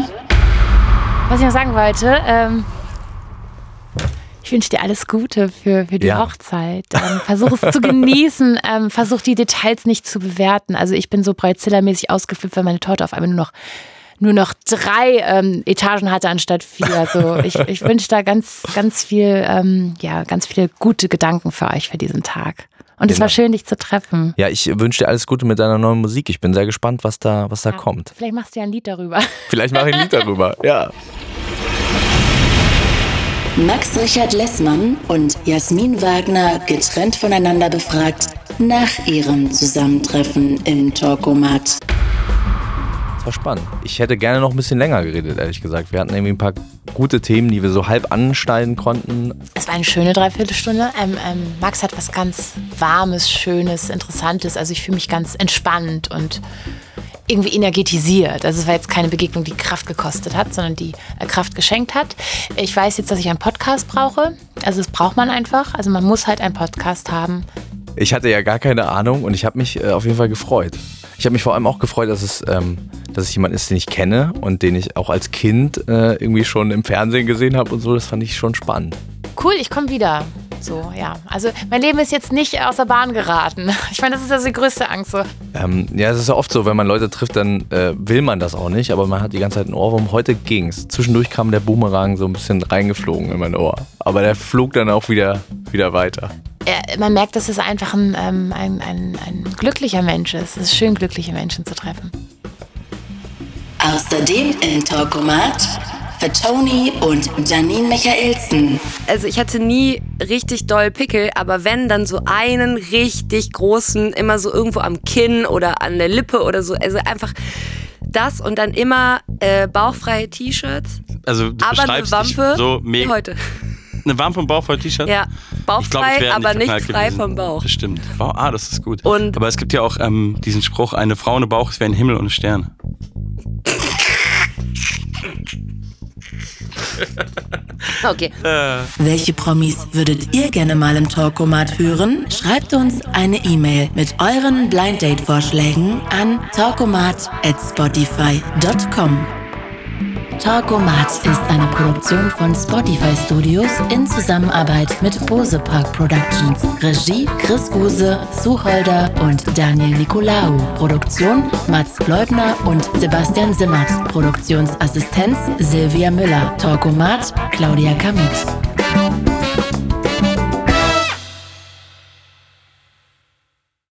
C: ich wünsche dir alles Gute für die Hochzeit. Versuch es zu genießen, versuch die Details nicht zu bewerten. Also ich bin so Bridezilla-mäßig ausgeflippt, weil meine Torte auf einmal nur noch 3 Etagen hatte anstatt 4. Also ich wünsche da ganz, ganz viel, ganz viele gute Gedanken für euch für diesen Tag. Und es war schön, dich zu treffen.
B: Ja, ich wünsche dir alles Gute mit deiner neuen Musik. Ich bin sehr gespannt, was da kommt.
C: Vielleicht machst du ja ein Lied darüber.
B: Vielleicht mache ich ein Lied darüber, ja.
A: Max Richard Lessmann und Jasmin Wagner getrennt voneinander befragt nach ihrem Zusammentreffen im Talkomat.
B: Das war spannend. Ich hätte gerne noch ein bisschen länger geredet, ehrlich gesagt. Wir hatten irgendwie ein paar gute Themen, die wir so halb anschneiden konnten.
C: Es war eine schöne Dreiviertelstunde. Max hat was ganz Warmes, Schönes, Interessantes. Also ich fühle mich ganz entspannt und irgendwie energetisiert. Also es war jetzt keine Begegnung, die Kraft gekostet hat, sondern die Kraft geschenkt hat. Ich weiß jetzt, dass ich einen Podcast brauche. Also das braucht man einfach. Also man muss halt einen Podcast haben.
B: Ich hatte ja gar keine Ahnung und ich habe mich auf jeden Fall gefreut. Ich habe mich vor allem auch gefreut, dass es jemand ist, den ich kenne und den ich auch als Kind irgendwie schon im Fernsehen gesehen habe und so. Das fand ich schon spannend.
C: Cool, ich komme wieder. So, ja. Also mein Leben ist jetzt nicht aus der Bahn geraten. Ich meine, das ist ja die größte Angst. So.
B: Ja, es ist ja oft so, wenn man Leute trifft, dann will man das auch nicht, aber man hat die ganze Zeit ein Ohrwurm. Heute ging's. Zwischendurch kam der Boomerang so ein bisschen reingeflogen in mein Ohr. Aber der flog dann auch wieder weiter.
C: Man merkt, dass es einfach ein glücklicher Mensch ist. Es ist schön, glückliche Menschen zu treffen.
A: Außerdem im Talkomat für Toni und Janine Michaelsen.
D: Also ich hatte nie richtig doll Pickel, aber wenn, dann so einen richtig großen, immer so irgendwo am Kinn oder an der Lippe oder so. Also einfach das und dann immer bauchfreie T-Shirts.
E: Also du
D: aber eine Wampe
E: so mega.
D: Wie heute.
E: Eine Wampe und bauchfreie T-Shirt?
D: Ja, bauchfrei, aber nicht frei gewesen. Vom Bauch.
E: Das stimmt. Das ist gut. Aber es gibt ja auch diesen Spruch, eine Frau ohne Bauch ist wie ein Himmel ohne Sterne.
D: Okay.
A: Welche Promis würdet ihr gerne mal im Talkomat hören? Schreibt uns eine E-Mail mit euren Blind Date Vorschlägen an talkomat@spotify.com. Talkomat ist eine Produktion von Spotify Studios in Zusammenarbeit mit Bose Park Productions. Regie Chris Guse, Sue Holder und Daniel Nicolaou. Produktion Mats Gleubner und Sebastian Simmert. Produktionsassistenz Silvia Müller. Talkomat Claudia Kamit.